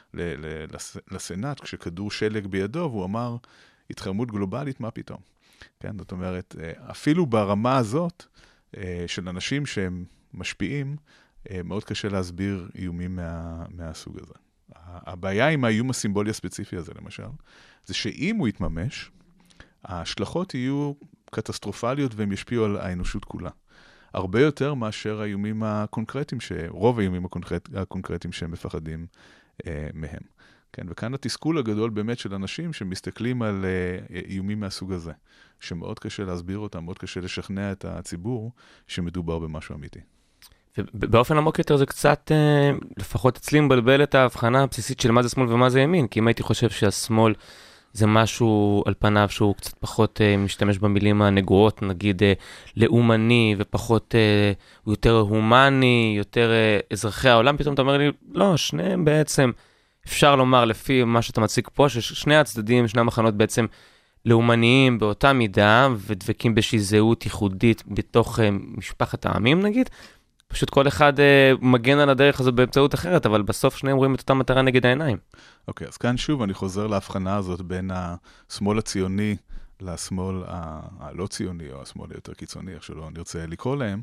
לסנאט, כשכדור שלג בידו, והוא אמר, התחממות גלובלית, מה פתאום? כן, זאת אומרת, אפילו ברמה הזאת, של אנשים שהם משפיעים, מאוד קשה להסביר איומים מה, מהסוג הזה. הבעיה עם האיום הסימבולי הספציפי הזה, למשל, זה שאם הוא יתממש, ההשלכות יהיו קטסטרופליות והם ישפיעו על האנושות כולה. הרבה יותר מאשר האיומים הקונקרטיים, רוב האיומים הקונקרט, הקונקרטיים שהם מפחדים אה, מהם. כן, וכאן התסכול הגדול באמת של אנשים שמסתכלים על אה, איומים מהסוג הזה, שמאוד קשה להסביר אותם, מאוד קשה לשכנע את הציבור שמדובר במשהו אמיתי. ובאופן עמוק יותר זה קצת, אה, לפחות אצלי מבלבל את ההבחנה הבסיסית של מה זה שמאל ומה זה ימין, כי אם הייתי חושב שהשמאל זה משהו על פניו שהוא קצת פחות uh, משתמש במילים הנגועות, נגיד uh, לאומני ופחות, uh, הוא יותר הומני, יותר uh, אזרחי העולם, פתאום אתה אומר לי, לא, שניהם בעצם, אפשר לומר לפי מה שאתה מציג פה, ששני הצדדים, שני המחנות בעצם לאומניים באותה מידה, ודבקים באיזושהי זהות ייחודית בתוך uh, משפחת העמים נגיד, פשוט כל אחד uh, מגן על הדרך הזו באמצעות אחרת, אבל בסוף שניהם רואים את אותה מטרה נגד העיניים. אוקיי, okay, אז כאן שוב אני חוזר להבחנה הזאת בין השמאל הציוני לשמאל הלא ציוני, או השמאל היותר קיצוני, איך שלא נרצה לקרוא להם,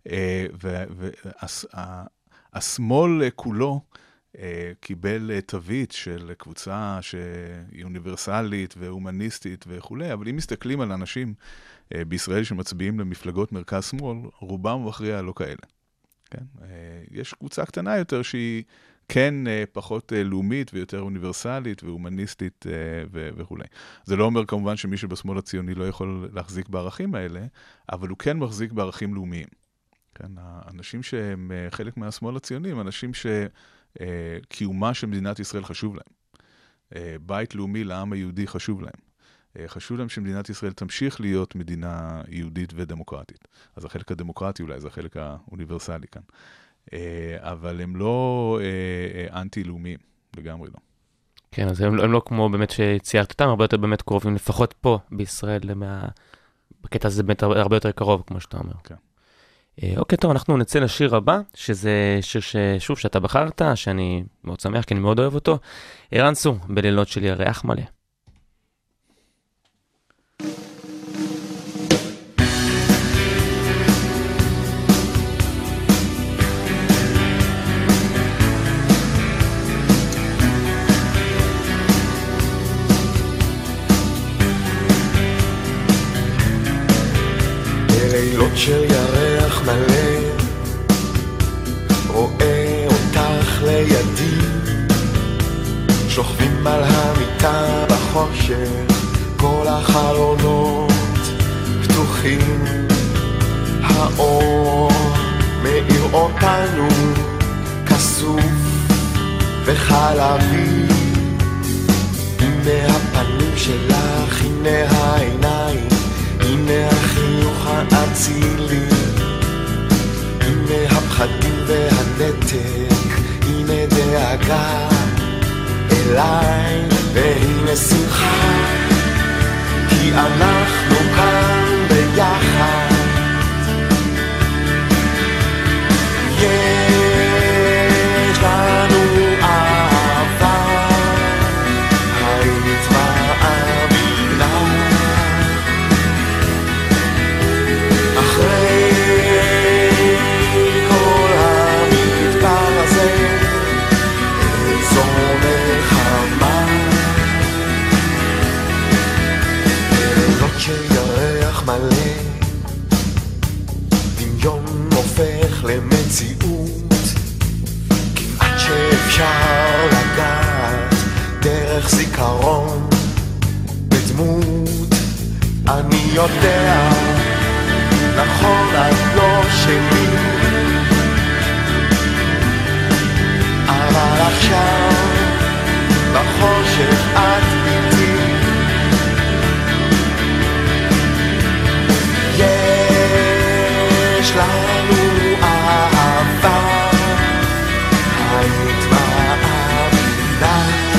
והשמאל כולו קיבל תווית של קבוצה שהיא אוניברסלית והומניסטית וכו', אבל אם מסתכלים על אנשים בישראל שמצביעים למפלגות מרכז-שמאל, רובם מכריע לא כאלה. כן? יש קבוצה קטנה יותר שהיא כן פחות לאומית ויותר אוניברסלית והומניסטית וכו'. זה לא אומר כמובן שמי שבשמאל הציוני לא יכול להחזיק בערכים האלה, אבל הוא כן מחזיק בערכים לאומיים. כן? האנשים שהם חלק מהשמאל הציוני הם אנשים שקיומה של מדינת ישראל חשוב להם. בית לאומי לעם היהודי חשוב להם. חשוב להם שמדינת ישראל תמשיך להיות מדינה יהודית ודמוקרטית. אז החלק הדמוקרטי אולי זה החלק האוניברסלי כאן. אבל הם לא אנטי-לאומיים, לגמרי לא. כן, אז הם, הם לא כמו באמת שציירת אותם, הרבה יותר באמת קרובים, לפחות פה בישראל, למה... בקטע הזה באמת הרבה יותר קרוב, כמו שאתה אומר. כן. אוקיי, טוב, אנחנו נצא לשיר הבא, שזה שיר ששוב, שאתה בחרת, שאני מאוד שמח, כי אני מאוד אוהב אותו. ערן צור, בלילות של ירח מלא. בלילות של ירח מלא רואה אותך לידי שוכבים על המיטה בחושך כל החלונות פתוחים האור מאיר אותנו כסוף וחלבי הנה הפנים שלך הנה העיניים הנה החיוך האצילי הנה הפחדים והנתק הנה דאגה אליי והנה שמחה כי אנחנו כאן ביחד יש לנו אהבה היית מאמינה אחרי כל המדבר הזה איזו נחמה לילות של ירח מלא דמיון הופך למציאות כמעט שאפשר לגעת דרך זיכרון בדמות אני יודע נכון את לא שלי אבל עכשיו בחושך את איתי יש לנו אהבה היית מאמינה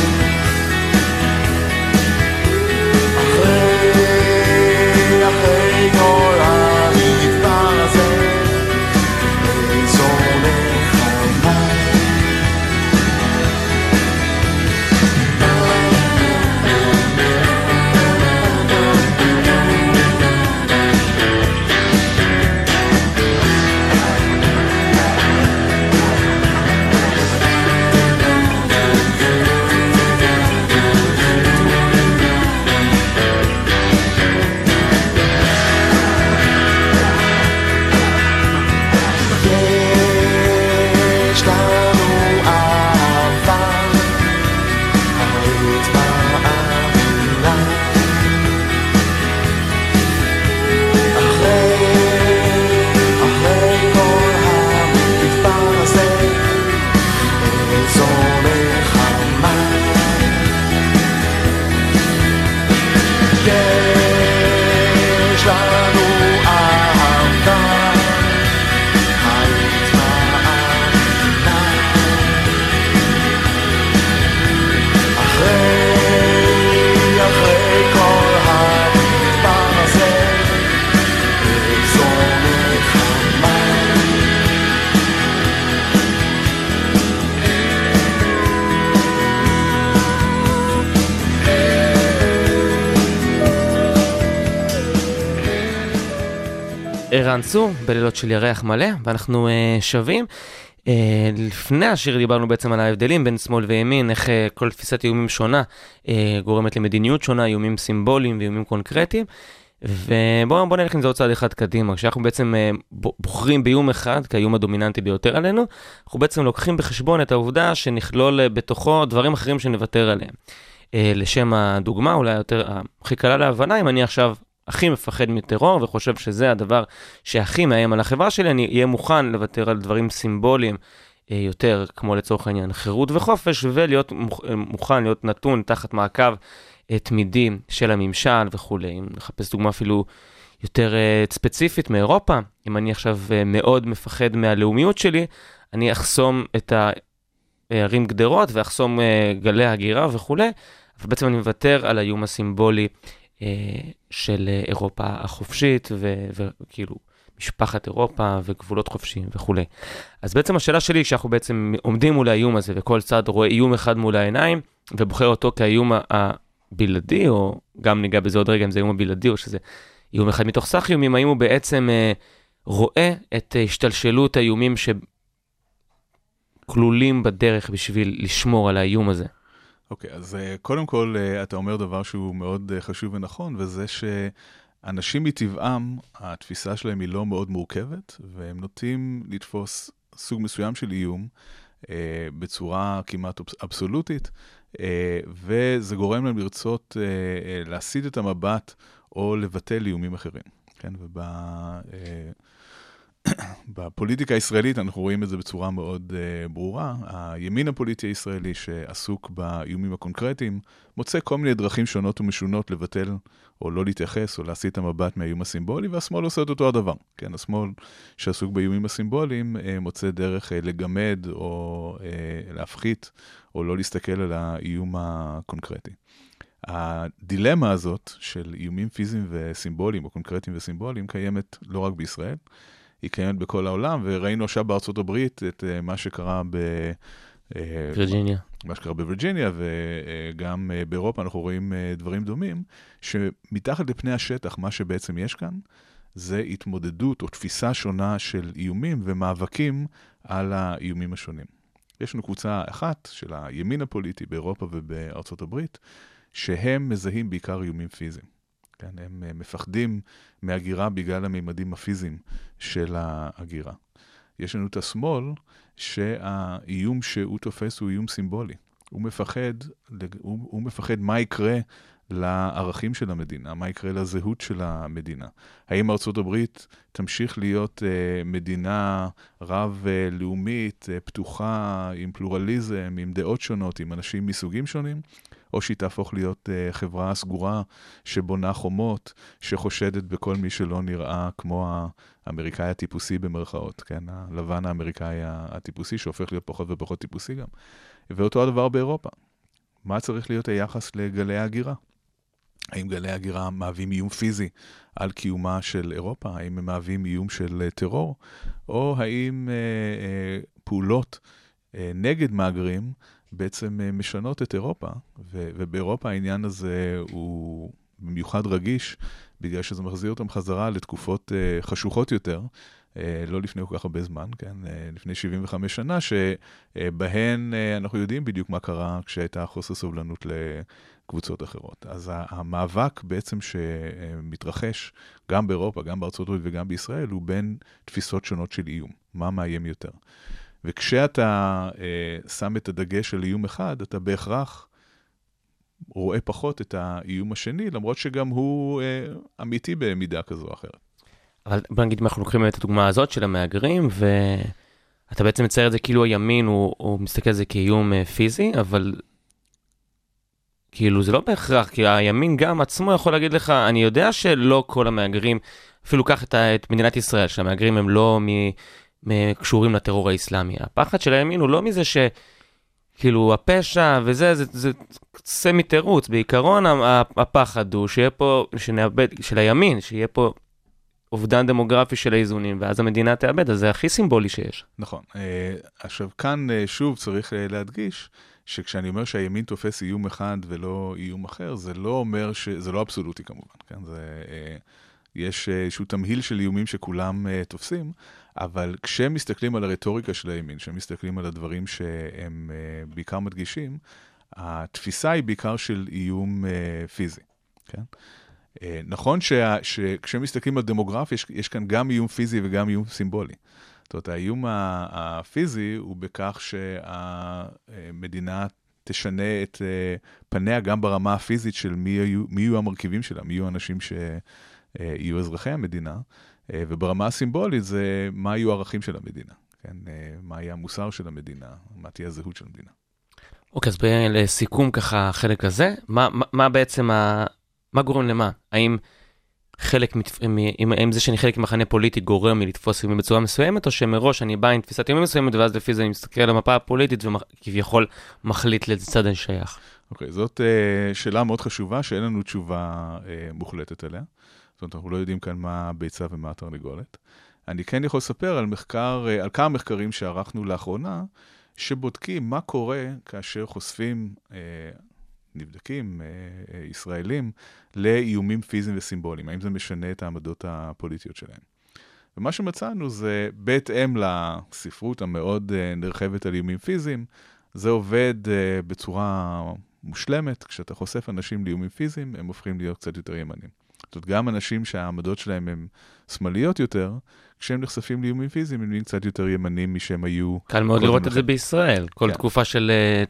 אחרי אחרי כל המדבר הזה איזו נחמה יש לנו אהבה היית מאמינה אחרי אחרי כל המדבר הזה איזו נחמה יש לנו אהבה היית מאמינה אחרי אחרי כל המדבר הזה איזו נחמה ערן צור, בלילות של ירח מלא, ואנחנו uh, שווים. Uh, לפני השיר דיברנו בעצם על ההבדלים בין שמאל וימין, איך uh, כל תפיסת איומים שונה uh, גורמת למדיניות שונה, איומים סימבוליים ואיומים קונקרטיים. ובואו בוא נלך עם זה עוד צעד אחד קדימה. כשאנחנו בעצם uh, בוחרים באיום אחד, כאיום הדומיננטי ביותר עלינו, אנחנו בעצם לוקחים בחשבון את העובדה שנכלול uh, בתוכו דברים אחרים שנוותר עליהם. Uh, לשם הדוגמה, אולי יותר הכי קלה להבנה, אם אני עכשיו הכי מפחד מטרור וחושב שזה הדבר שהכי מאיים על החברה שלי, אני אהיה מוכן לוותר על דברים סימבוליים יותר, כמו לצורך העניין חירות וחופש, ולהיות מוכן להיות נתון תחת מעקב תמידי של הממשל וכו'. אם נחפש דוגמה אפילו יותר ספציפית מאירופה, אם אני עכשיו מאוד מפחד מהלאומיות שלי, אני אחסום את הרים גדרות ואחסום גלי הגירה וכו', אבל בעצם אני מוותר על האיום הסימבולי של אירופה החופשית, וכאילו משפחת אירופה וגבולות חופשיים וכו'. אז בעצם השאלה שלי, שאנחנו בעצם עומדים מול האיום הזה, וכל צד רואה איום אחד מול העיניים, ובוחר אותו כאיום הבלעדי, או גם ניגע בזה עוד רגע אם זה איום הבלעדי, או שזה איום אחד מתוך סך איומים, האם הוא בעצם רואה את השתלשלות האיומים שכלולים בדרך בשביל לשמור על האיום הזה. אוקיי, אז קודם כל אתה אומר דבר שהוא מאוד חשוב ונכון, וזה שאנשים מטבעם, התפיסה שלהם היא לא מאוד מורכבת, והם נוטים לתפוס סוג מסוים של איום בצורה כמעט אבסולוטית, וזה גורם להם לרצות להסיט את המבט או לבטל איומים אחרים. כן, וב... בפוליטיקה הישראלית אנחנו רואים את זה בצורה מאוד uh, ברורה. הימין הפוליטי הישראלי שעסוק באיומים הקונקרטיים, מוצא כל מיני דרכים שונות ומשונות לבטל או לא להתייחס או להסיט את המבט מהאיום הסימבולי, והשמאל עושה את אותו הדבר. כן, השמאל שעסוק באיומים הסימבוליים uh, מוצא דרך uh, לגמד או uh, להפחית או לא להסתכל על האיום הקונקרטי. הדילמה הזאת של איומים פיזיים וסימבוליים או קונקרטיים וסימבוליים קיימת לא רק בישראל, היא קיימת בכל העולם, וראינו עכשיו בארצות הברית את uh, מה שקרה ב... וירג'יניה. מה שקרה בווירג'יניה, וגם uh, באירופה אנחנו רואים uh, דברים דומים, שמתחת לפני השטח, מה שבעצם יש כאן, זה התמודדות או תפיסה שונה של איומים ומאבקים על האיומים השונים. יש לנו קבוצה אחת של הימין הפוליטי באירופה ובארצות הברית, שהם מזהים בעיקר איומים פיזיים. כן, הם מפחדים מהגירה בגלל הממדים הפיזיים של ההגירה. יש לנו את השמאל, שהאיום שהוא תופס הוא איום סימבולי. הוא מפחד, הוא, הוא מפחד מה יקרה לערכים של המדינה, מה יקרה לזהות של המדינה. האם ארצות הברית תמשיך להיות אה, מדינה רב-לאומית, אה, פתוחה, עם פלורליזם, עם דעות שונות, עם אנשים מסוגים שונים? או שהיא תהפוך להיות uh, חברה סגורה שבונה חומות, שחושדת בכל מי שלא נראה כמו האמריקאי הטיפוסי במרכאות, כן? הלבן האמריקאי הטיפוסי, שהופך להיות פחות ופחות טיפוסי גם. ואותו הדבר באירופה. מה צריך להיות היחס לגלי ההגירה? האם גלי ההגירה מהווים איום פיזי על קיומה של אירופה? האם הם מהווים איום של טרור? או האם uh, uh, פעולות uh, נגד מהגרים, בעצם משנות את אירופה, ו- ובאירופה העניין הזה הוא במיוחד רגיש, בגלל שזה מחזיר אותם חזרה לתקופות uh, חשוכות יותר, uh, לא לפני כל כך הרבה זמן, כן? uh, לפני שבעים וחמש שנה, שבהן uh, אנחנו יודעים בדיוק מה קרה כשהייתה חוסר סובלנות לקבוצות אחרות. אז המאבק בעצם שמתרחש גם באירופה, גם בארצות הברית וגם בישראל, הוא בין תפיסות שונות של איום. מה מאיים יותר? וכשאתה אה, שם את הדגש על איום אחד, אתה בהכרח רואה פחות את האיום השני, למרות שגם הוא אה, אמיתי במידה כזו או אחרת. אבל בוא נגיד, אנחנו לוקחים את הדוגמה הזאת של המהגרים, ואתה בעצם מצייר את זה כאילו הימין, הוא, הוא מסתכל על זה כאיום אה, פיזי, אבל כאילו זה לא בהכרח, כי הימין גם עצמו יכול להגיד לך, אני יודע שלא כל המהגרים, אפילו קח את, את מדינת ישראל, שהמהגרים הם לא מ... קשורים לטרור האסלאמי. הפחד של הימין הוא לא מזה שכאילו הפשע וזה, זה, זה סמי תירוץ. בעיקרון הפחד הוא שיהיה פה, שנאבד, של הימין, שיהיה פה אובדן דמוגרפי של האיזונים, ואז המדינה תאבד, אז זה הכי סימבולי שיש. נכון. עכשיו כאן שוב צריך להדגיש, שכשאני אומר שהימין תופס איום אחד ולא איום אחר, זה לא אומר ש... זה לא אבסולוטי כמובן, כן? זה... יש איזשהו תמהיל של איומים שכולם uh, תופסים, אבל כשהם מסתכלים על הרטוריקה של הימין, כשהם מסתכלים על הדברים שהם uh, בעיקר מדגישים, התפיסה היא בעיקר של איום uh, פיזי. כן? Uh, נכון שה, שכשהם מסתכלים על דמוגרפיה, יש, יש כאן גם איום פיזי וגם איום סימבולי. זאת אומרת, האיום הפיזי הוא בכך שהמדינה תשנה את uh, פניה גם ברמה הפיזית של מי יהיו, מי יהיו המרכיבים שלה, מי יהיו אנשים ש... יהיו אזרחי המדינה, וברמה הסימבולית זה מה יהיו הערכים של המדינה, כן? מה יהיה המוסר של המדינה, מה תהיה הזהות של המדינה. אוקיי, אז לסיכום ככה החלק הזה, מה, מה, מה בעצם, ה... מה גורם למה? האם חלק, אם זה שאני חלק ממחנה פוליטי גורם לי לתפוס איומים בצורה מסוימת, או שמראש אני בא עם תפיסת איומים מסוימת, ואז לפי זה אני מסתכל על המפה הפוליטית, וכביכול מחליט לצד אני שייך. אוקיי, זאת שאלה מאוד חשובה, שאין לנו תשובה מוחלטת עליה. זאת אומרת, אנחנו לא יודעים כאן מה הביצה ומה התרנגולת. אני כן יכול לספר על מחקר, על כמה מחקרים שערכנו לאחרונה, שבודקים מה קורה כאשר חושפים נבדקים ישראלים לאיומים פיזיים וסימבוליים. האם זה משנה את העמדות הפוליטיות שלהם? ומה שמצאנו זה, בהתאם לספרות המאוד נרחבת על איומים פיזיים, זה עובד בצורה מושלמת. כשאתה חושף אנשים לאיומים פיזיים, הם הופכים להיות קצת יותר ימנים. זאת אומרת, גם אנשים שהעמדות שלהם הם שמאליות יותר, כשהם נחשפים לאיומים פיזיים, הם נהיים קצת יותר ימנים משהם היו... קל מאוד לראות את זה בישראל. כל תקופה של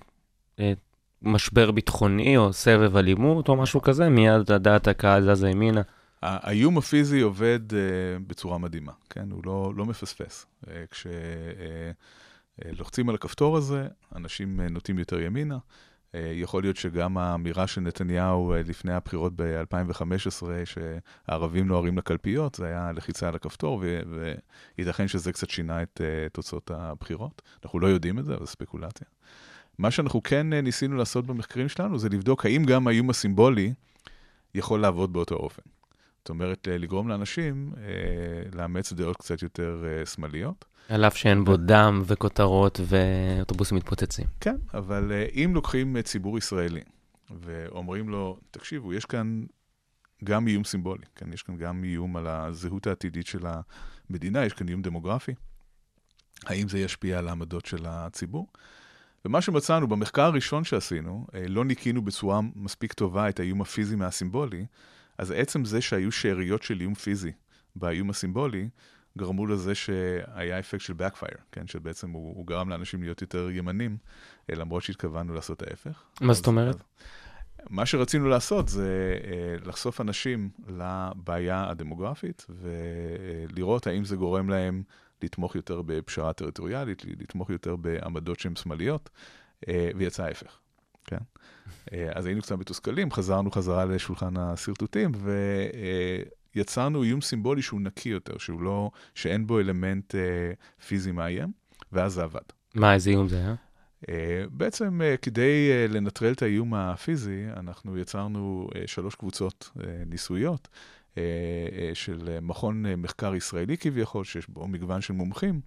משבר ביטחוני או סבב אלימות או משהו כזה, מיד הדעת הקהל זזה ימינה. האיום הפיזי עובד בצורה מדהימה, כן? הוא לא, לא מפספס. כשלוחצים על הכפתור הזה, אנשים נוטים יותר ימינה. יכול להיות שגם האמירה של נתניהו לפני הבחירות ב-אלפיים וחמש עשרה, שהערבים נוהרים לקלפיות, זה היה לחיצה על הכפתור, וייתכן שזה קצת שינה את תוצאות הבחירות. אנחנו לא יודעים את זה, אבל ספקולציה. מה שאנחנו כן ניסינו לעשות במחקרים שלנו, זה לבדוק האם גם האיום הסימבולי יכול לעבוד באותו אופן. זאת אומרת, לגרום לאנשים לאמץ דעות קצת יותר שמאליות. על אף שאין בו דם וכותרות ואוטובוסים מתפוצצים. כן, אבל אם לוקחים ציבור ישראלי ואומרים לו, תקשיבו, יש כאן גם איום סימבולי, כן? יש כאן גם איום על הזהות העתידית של המדינה, יש כאן איום דמוגרפי. האם זה ישפיע על העמדות של הציבור? ומה שמצאנו במחקר הראשון שעשינו, לא ניקינו בצורה מספיק טובה את האיום הפיזי מהסימבולי, אז עצם זה שהיו שאריות של איום פיזי באיום הסימבולי, גרמו לזה שהיה אפקט של backfire, כן? שבעצם הוא, הוא גרם לאנשים להיות יותר ימנים, למרות שהתכוונו לעשות ההפך. מה זאת אומרת? מה שרצינו לעשות זה לחשוף אנשים לבעיה הדמוגרפית, ולראות האם זה גורם להם לתמוך יותר בפשרה טריטוריאלית, לתמוך יותר בעמדות שהן שמאליות, ויצא ההפך. כן? אז היינו קצת מתוסכלים, חזרנו חזרה לשולחן הסרטוטים, ויצרנו איום סימבולי שהוא נקי יותר, שהוא לא, שאין בו אלמנט פיזי מאיים, ואז זה עבד. מה, איזה איום זה היה? בעצם כדי לנטרל את האיום הפיזי, אנחנו יצרנו שלוש קבוצות ניסויות, של מכון מחקר ישראלי כביכול, שיש בו מגוון של מומחים,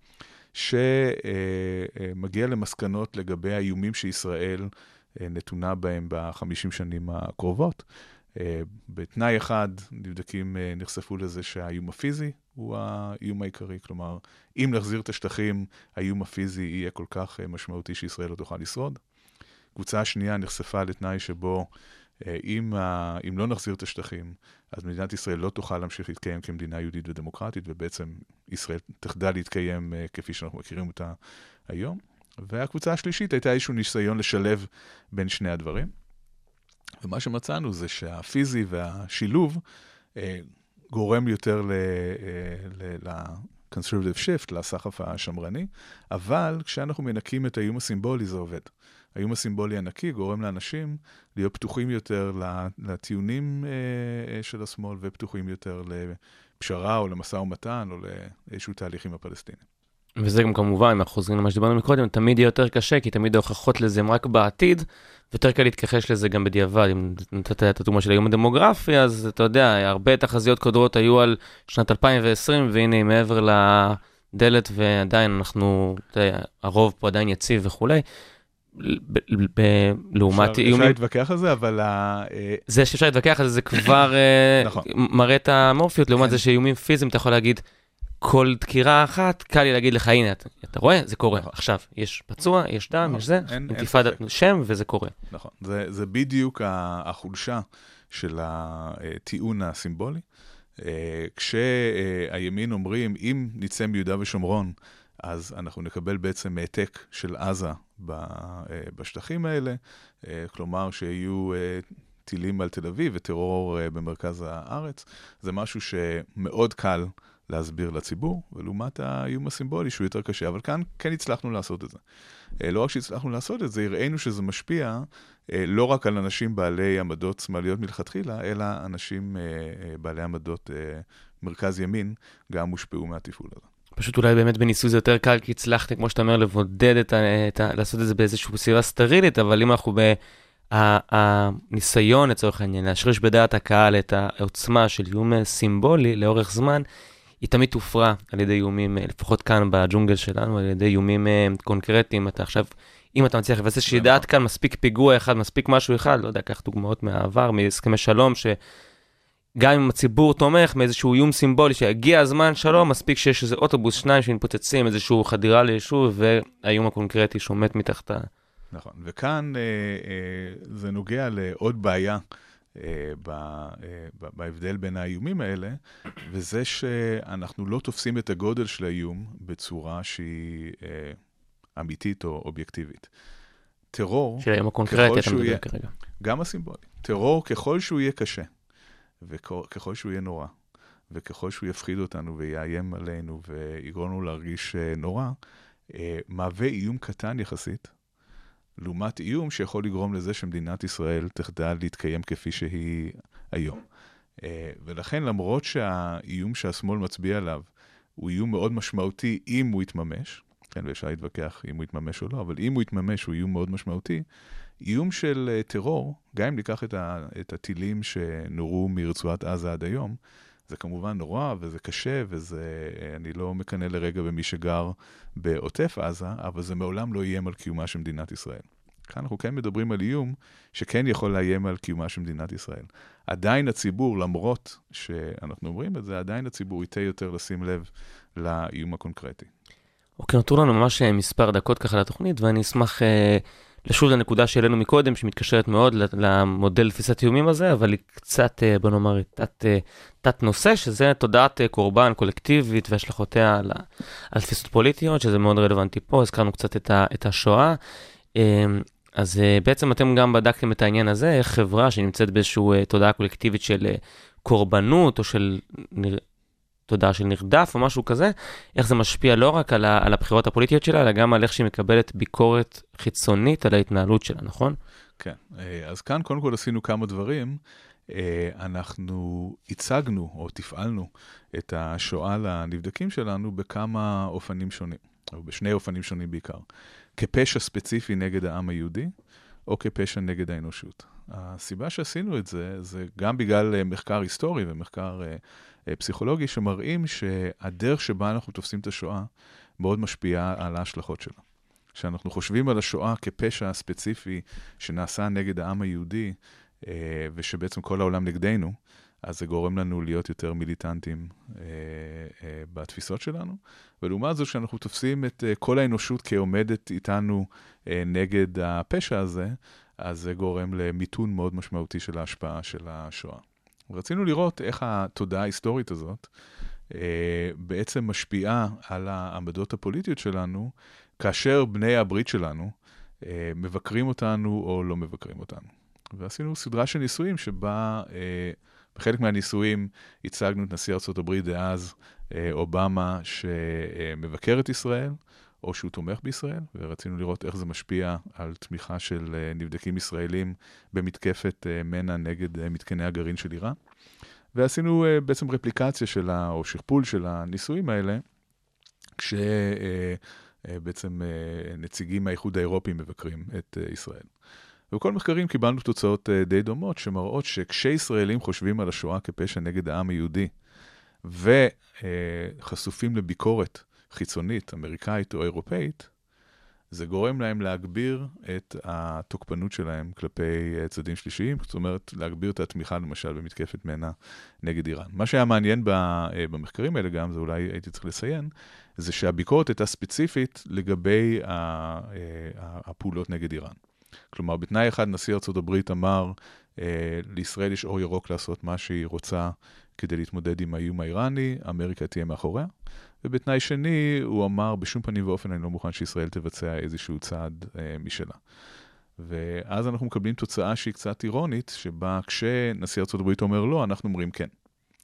שמגיע למסקנות לגבי האיומים שישראל נתונה בהם בחמישים שנים הקרובות. בתנאי אחד נבדקים, נחשפו לזה שהאיום הפיזי הוא האיום העיקרי, כלומר, אם נחזיר את השטחים, האיום הפיזי יהיה כל כך משמעותי שישראל לא תוכל לשרוד. קבוצה השנייה נחשפה לתנאי שבו אם, אם לא נחזיר את השטחים, אז מדינת ישראל לא תוכל להמשיך להתקיים כמדינה יהודית ודמוקרטית, ובעצם ישראל תחדל להתקיים כפי שאנחנו מכירים אותה היום. והקבוצה השלישית הייתה איזשהו ניסיון לשלב בין שני הדברים. ומה שמצאנו זה שהפיזי והשילוב אה, גורם יותר ל-conservative shift, לסחף השמרני, אבל כשאנחנו מנקים את האיום הסימבולי זה עובד. האיום הסימבולי הנקי גורם לאנשים להיות פתוחים יותר לטיעונים אה, של השמאל, ופתוחים יותר לפשרה או למשא ומתן או לאיזשהו תהליך עם הפלסטינים. וזה גם כמובן, אם אנחנו חוזרים למה שדיברנו מקודם, תמיד יהיה יותר קשה, כי תמיד ההוכחות לזה רק בעתיד, ויותר קל להתכחש לזה גם בדיעבד. אם נתת את התאומה של היום הדמוגרפי, אז אתה יודע, הרבה תחזיות קודרות היו על שנת אלפיים ועשרים, והנה מעבר לדלת, ועדיין אנחנו, הרוב פה עדיין יציב וכולי. לעומת איומים... אפשר להתווכח על זה, אבל... זה שאפשר להתווכח על זה, זה כבר מראה את המורפיות, לעומת זה שאיומים פיזיים, אתה יכול להגיד, כל דקירה אחת, קל לי להגיד לך, הנה, אתה, אתה רואה, זה קורה. נכון. עכשיו, יש פצוע, יש דם, נכון. יש זה, אינתיפאדת שם, וזה קורה. נכון. זה, זה בדיוק החולשה של הטיעון הסימבולי. כשהימין אומרים, אם נצא מיהודה ושומרון, אז אנחנו נקבל בעצם העתק של עזה בשטחים האלה, כלומר שיהיו טילים על תל אביב וטרור במרכז הארץ. זה משהו שמאוד קל להסביר לציבור, ולעומת האיום הסימבולי שהוא יותר קשה, אבל כאן כן הצלחנו לעשות את זה. לא רק שהצלחנו לעשות את זה, הראינו שזה משפיע לא רק על אנשים בעלי עמדות שמאליות מלכתחילה, אלא אנשים בעלי עמדות מרכז ימין גם מושפעו מהטיפול הזה. פשוט אולי באמת בניסוי זה יותר קל, כי הצלחתם, כמו שאתה אומר, לבודד את ה... את ה לעשות את זה באיזושהי סביבה סטרילית, אבל אם אנחנו ב... הניסיון לצורך העניין, להשריש בדעת הקהל את העוצמה של איום סימבולי לאורך זמן, היא תמיד תופרה על ידי איומים, לפחות כאן בג'ונגל שלנו, על ידי איומים קונקרטיים. אתה עכשיו, אם אתה מצליח לבסס שידעת כאן, מספיק פיגוע אחד, מספיק משהו אחד, לא יודע, כך דוגמאות מהעבר, מהסכמי שלום, שגם אם הציבור תומך מאיזשהו איום סימבולי, שהגיע הזמן שלום, מספיק שיש איזה אוטובוס, שניים שמתפוצצים, איזשהו חדירה ליישוב, והאיום הקונקרטי שומט מתחת ה... נכון, וכאן אה, אה, זה נוגע לעוד בעיה אה, ב, אה, בהבדל בין האיומים האלה, וזה שאנחנו לא תופסים את הגודל של האיום בצורה שהיא אה, אמיתית או אובייקטיבית. טרור, של האיום הקונקרטי, אתה מדבר יהיה, כרגע. גם הסימבולי. טרור, ככל שהוא יהיה קשה, וככל שהוא יהיה נורא, וככל שהוא יפחיד אותנו ויאיים עלינו ויגרום לנו להרגיש נורא, אה, מהווה איום קטן יחסית, לעומת איום שיכול לגרום לזה שמדינת ישראל תחדל להתקיים כפי שהיא היום. ולכן, למרות שהאיום שהשמאל מצביע עליו הוא איום מאוד משמעותי אם הוא יתממש, כן, ואפשר להתווכח אם הוא יתממש או לא, אבל אם הוא יתממש הוא איום מאוד משמעותי, איום של טרור, גם אם ניקח את, ה, את הטילים שנורו מרצועת עזה עד היום, זה כמובן נורא וזה קשה, וזה, אני לא מקנה לרגע במי שגר בעוטף עזה, אבל זה מעולם לא יהיה על קיומה של מדינת ישראל. כאן אנחנו כן מדברים על איום שכן יכול לאיים על קיומה של מדינת ישראל. עדיין הציבור, למרות שאנחנו אומרים את זה, עדיין הציבור ייתה יותר לשים לב לאיום הקונקרטי. אוקיי, נותרו לנו ממש מספר דקות ככה לתוכנית, ואני אשמח אה, לשוב לנקודה שלנו מקודם, שמתקשרת מאוד למודל תפיסת איומים הזה, אבל היא קצת, אה, בוא נאמר, תת, אה, תת נושא, שזה תודעת אה, קורבן קולקטיבית והשלכותיה על, על תפיסות פוליטיות, שזה מאוד רלוונטי פה, הזכרנו קצת את, ה, את השואה. אה, אז אה, בעצם אתם גם בדקתם את העניין הזה, איך חברה שנמצאת באיזושהי אה, תודעה קולקטיבית של אה, קורבנות, או של... נר... תודעה של נרדף או משהו כזה, איך זה משפיע לא רק על, ה, על הבחירות הפוליטיות שלה, אלא גם על איך שהיא מקבלת ביקורת חיצונית על ההתנהלות שלה, נכון? כן, אז כאן קודם כל עשינו כמה דברים. אנחנו הצגנו או תפעלנו את השואה לנבדקים שלנו בכמה אופנים שונים, או בשני אופנים שונים בעיקר. כפשע ספציפי נגד העם היהודי, או כפשע נגד האנושות. הסיבה שעשינו את זה, זה גם בגלל מחקר היסטורי ומחקר פסיכולוגי, שמראים שהדרך שבה אנחנו תופסים את השואה מאוד משפיעה על ההשלכות שלה. כשאנחנו חושבים על השואה כפשע ספציפי שנעשה נגד העם היהודי, ושבעצם כל העולם נגדנו, אז זה גורם לנו להיות יותר מיליטנטים בתפיסות שלנו. ולעומת זאת, כשאנחנו תופסים את כל האנושות כעומדת איתנו נגד הפשע הזה, אז זה גורם למיתון מאוד משמעותי של ההשפעה של השואה. רצינו לראות איך התודעה ההיסטורית הזאת אה, בעצם משפיעה על העמדות הפוליטיות שלנו, כאשר בני הברית שלנו אה, מבקרים אותנו או לא מבקרים אותנו. ועשינו סדרה של ניסויים שבה, אה, בחלק מהניסויים הצגנו את נשיא ארצות הברית דאז, אה, אובמה, שמבקר את ישראל, או שהוא תומך בישראל, ורצינו לראות איך זה משפיע על תמיכה של נבדקים ישראלים במתקפת מנע נגד מתקני הגרעין של איראן. ועשינו בעצם רפליקציה שלה, או שכפול של הניסויים האלה, כשבעצם נציגים מהאיחוד האירופי מבקרים את ישראל. ובכל מחקרים קיבלנו תוצאות די דומות, שמראות שכשישראלים חושבים על השואה כפשע נגד העם היהודי, וחשופים לביקורת חיצונית, אמריקאית או אירופאית, זה גורם להם להגביר את התוקפנות שלהם כלפי צדדים שלישיים, זאת אומרת, להגביר את התמיכה למשל במתקפת מנע נגד איראן. מה שהיה מעניין במחקרים האלה גם, זה אולי הייתי צריך לציין, זה שהביקורת הייתה ספציפית לגבי הפעולות נגד איראן. כלומר, בתנאי אחד נשיא ארצות הברית אמר, לישראל יש אור ירוק לעשות מה שהיא רוצה כדי להתמודד עם האיום האיראני, אמריקה תהיה מאחוריה. ובתנאי שני, הוא אמר, בשום פנים ואופן אני לא מוכן שישראל תבצע איזשהו צעד אה, משלה. ואז אנחנו מקבלים תוצאה שהיא קצת אירונית, שבה כשנשיא ארצות הברית אומר לא, אנחנו אומרים כן.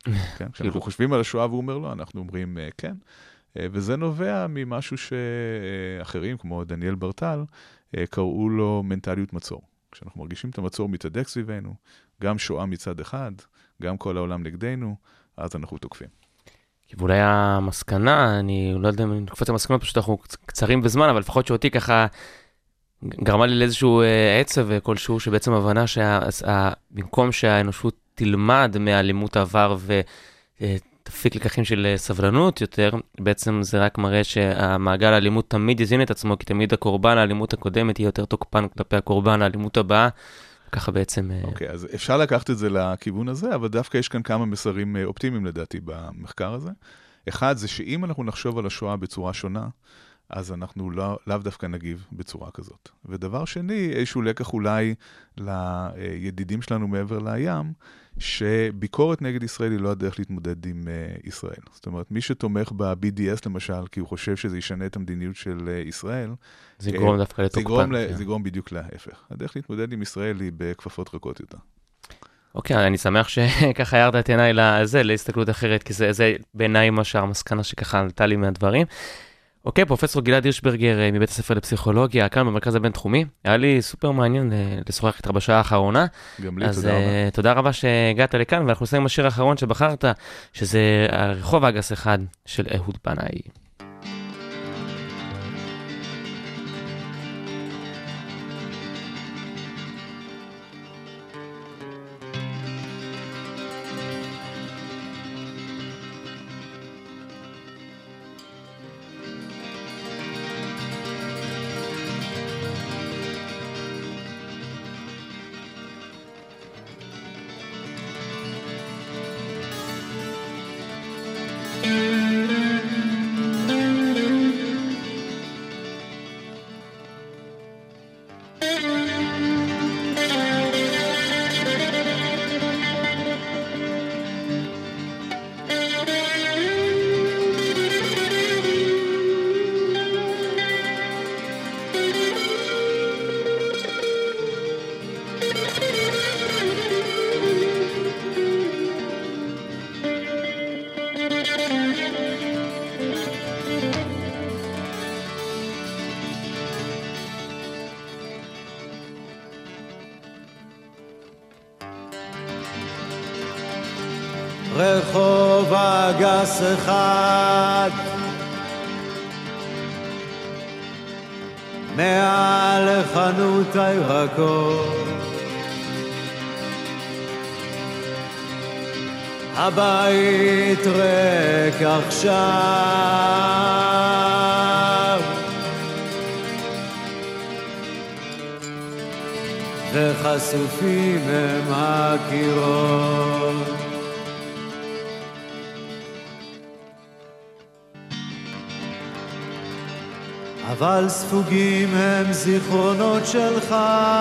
כן? כשאנחנו חושבים על השואה והוא אומר לא, אנחנו אומרים כן. וזה נובע ממשהו שאחרים, כמו דניאל ברטל, קראו לו מנטליות מצור. כשאנחנו מרגישים את המצור מתהדק סביבנו, גם שואה מצד אחד, גם כל העולם נגדנו, אז אנחנו תוקפים. ואולי המסקנה, אני לא יודע אם אני קופץ המסקנות, פשוט אנחנו קצרים בזמן, אבל לפחות שאותי ככה גרמה לי לאיזשהו עצב כלשהו, שבעצם הבנה שבמקום שהאנושות תלמד מאלימות העבר ותפיק לקחים של סבלנות יותר, בעצם זה רק מראה שהמעגל האלימות תמיד יזין את עצמו, כי תמיד הקורבן, האלימות הקודמת היא יותר תוקפן כלפי הקורבן, האלימות הבאה, ככה בעצם... אוקיי, אז אפשר לקחת את זה לכיוון הזה, אבל דווקא יש כאן כמה מסרים אופטימיים לדעתי במחקר הזה. אחד זה שאם אנחנו נחשוב על השואה בצורה שונה, אז אנחנו לא, לאו דווקא נגיב בצורה כזאת. ודבר שני, איזשהו לקח אולי לידידים שלנו מעבר לים, שביקורת נגד ישראל היא לא הדרך להתמודד עם uh, ישראל. זאת אומרת, מי שתומך ב-בי די אס למשל, כי הוא חושב שזה ישנה את המדיניות של uh, ישראל, זה יגרום דווקא לתוקפן. זה יגרום בדיוק להפך. הדרך להתמודד עם ישראל היא בכפפות רכות יותר. אוקיי, אני שמח שככה ירדת את עיניי לזה, להסתכלות אחרת, כי זה, זה בעיניי מה שהמסקנה שככה עלתה לי מהדברים. אוקיי, פרופסור גלעד הירשברגר מבית הספר לפסיכולוגיה, כאן במרכז הבינתחומי. היה לי סופר מעניין לשוחח איתך בשעה האחרונה. גם לי, אז, תודה רבה. תודה רבה שהגעת לכאן, ואנחנו עושים עם השיר האחרון שבחרת, שזה הרחוב האגס אחד של אהוד בנאי. רחוב אגס אחד מעל חנות הירקות, הבית ריק עכשיו וחשופים הם הקירות, אבל ספוגים הם זיכרונות שלך,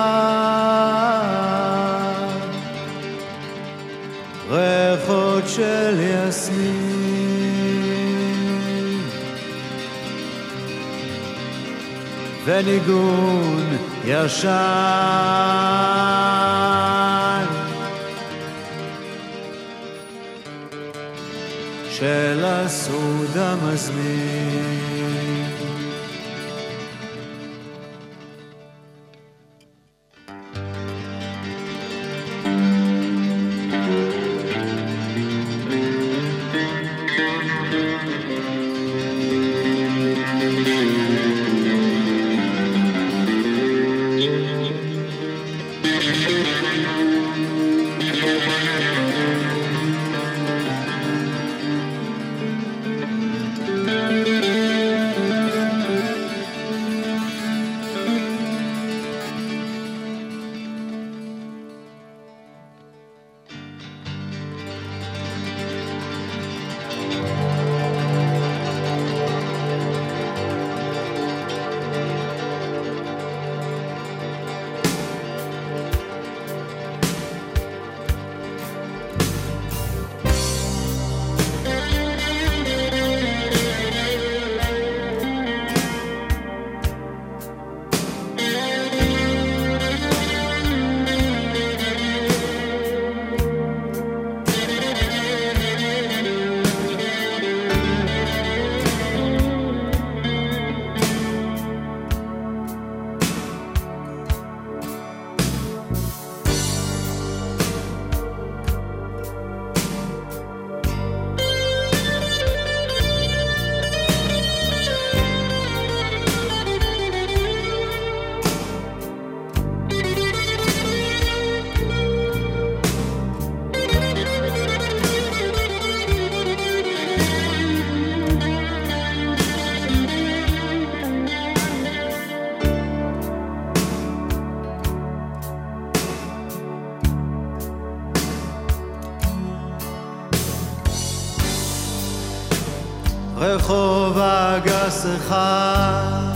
ריחות של יסמין וניגון ישן של הסעוד המזמין. רחוב הגס אחד,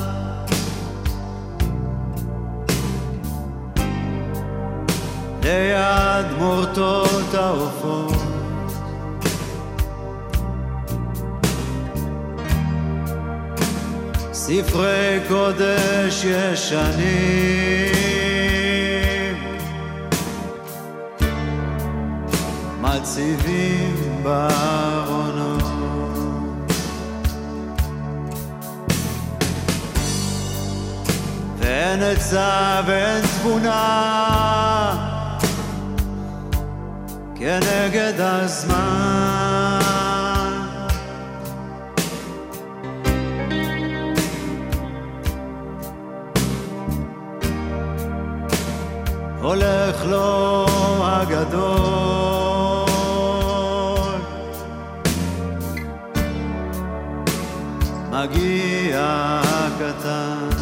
ליד מורטות העופות, ספרי קודש ישנים מציבים בארונות, ואין עצה ואין תבונה כנגד הזמן, הולך לו הגדול, מגיע הקטן,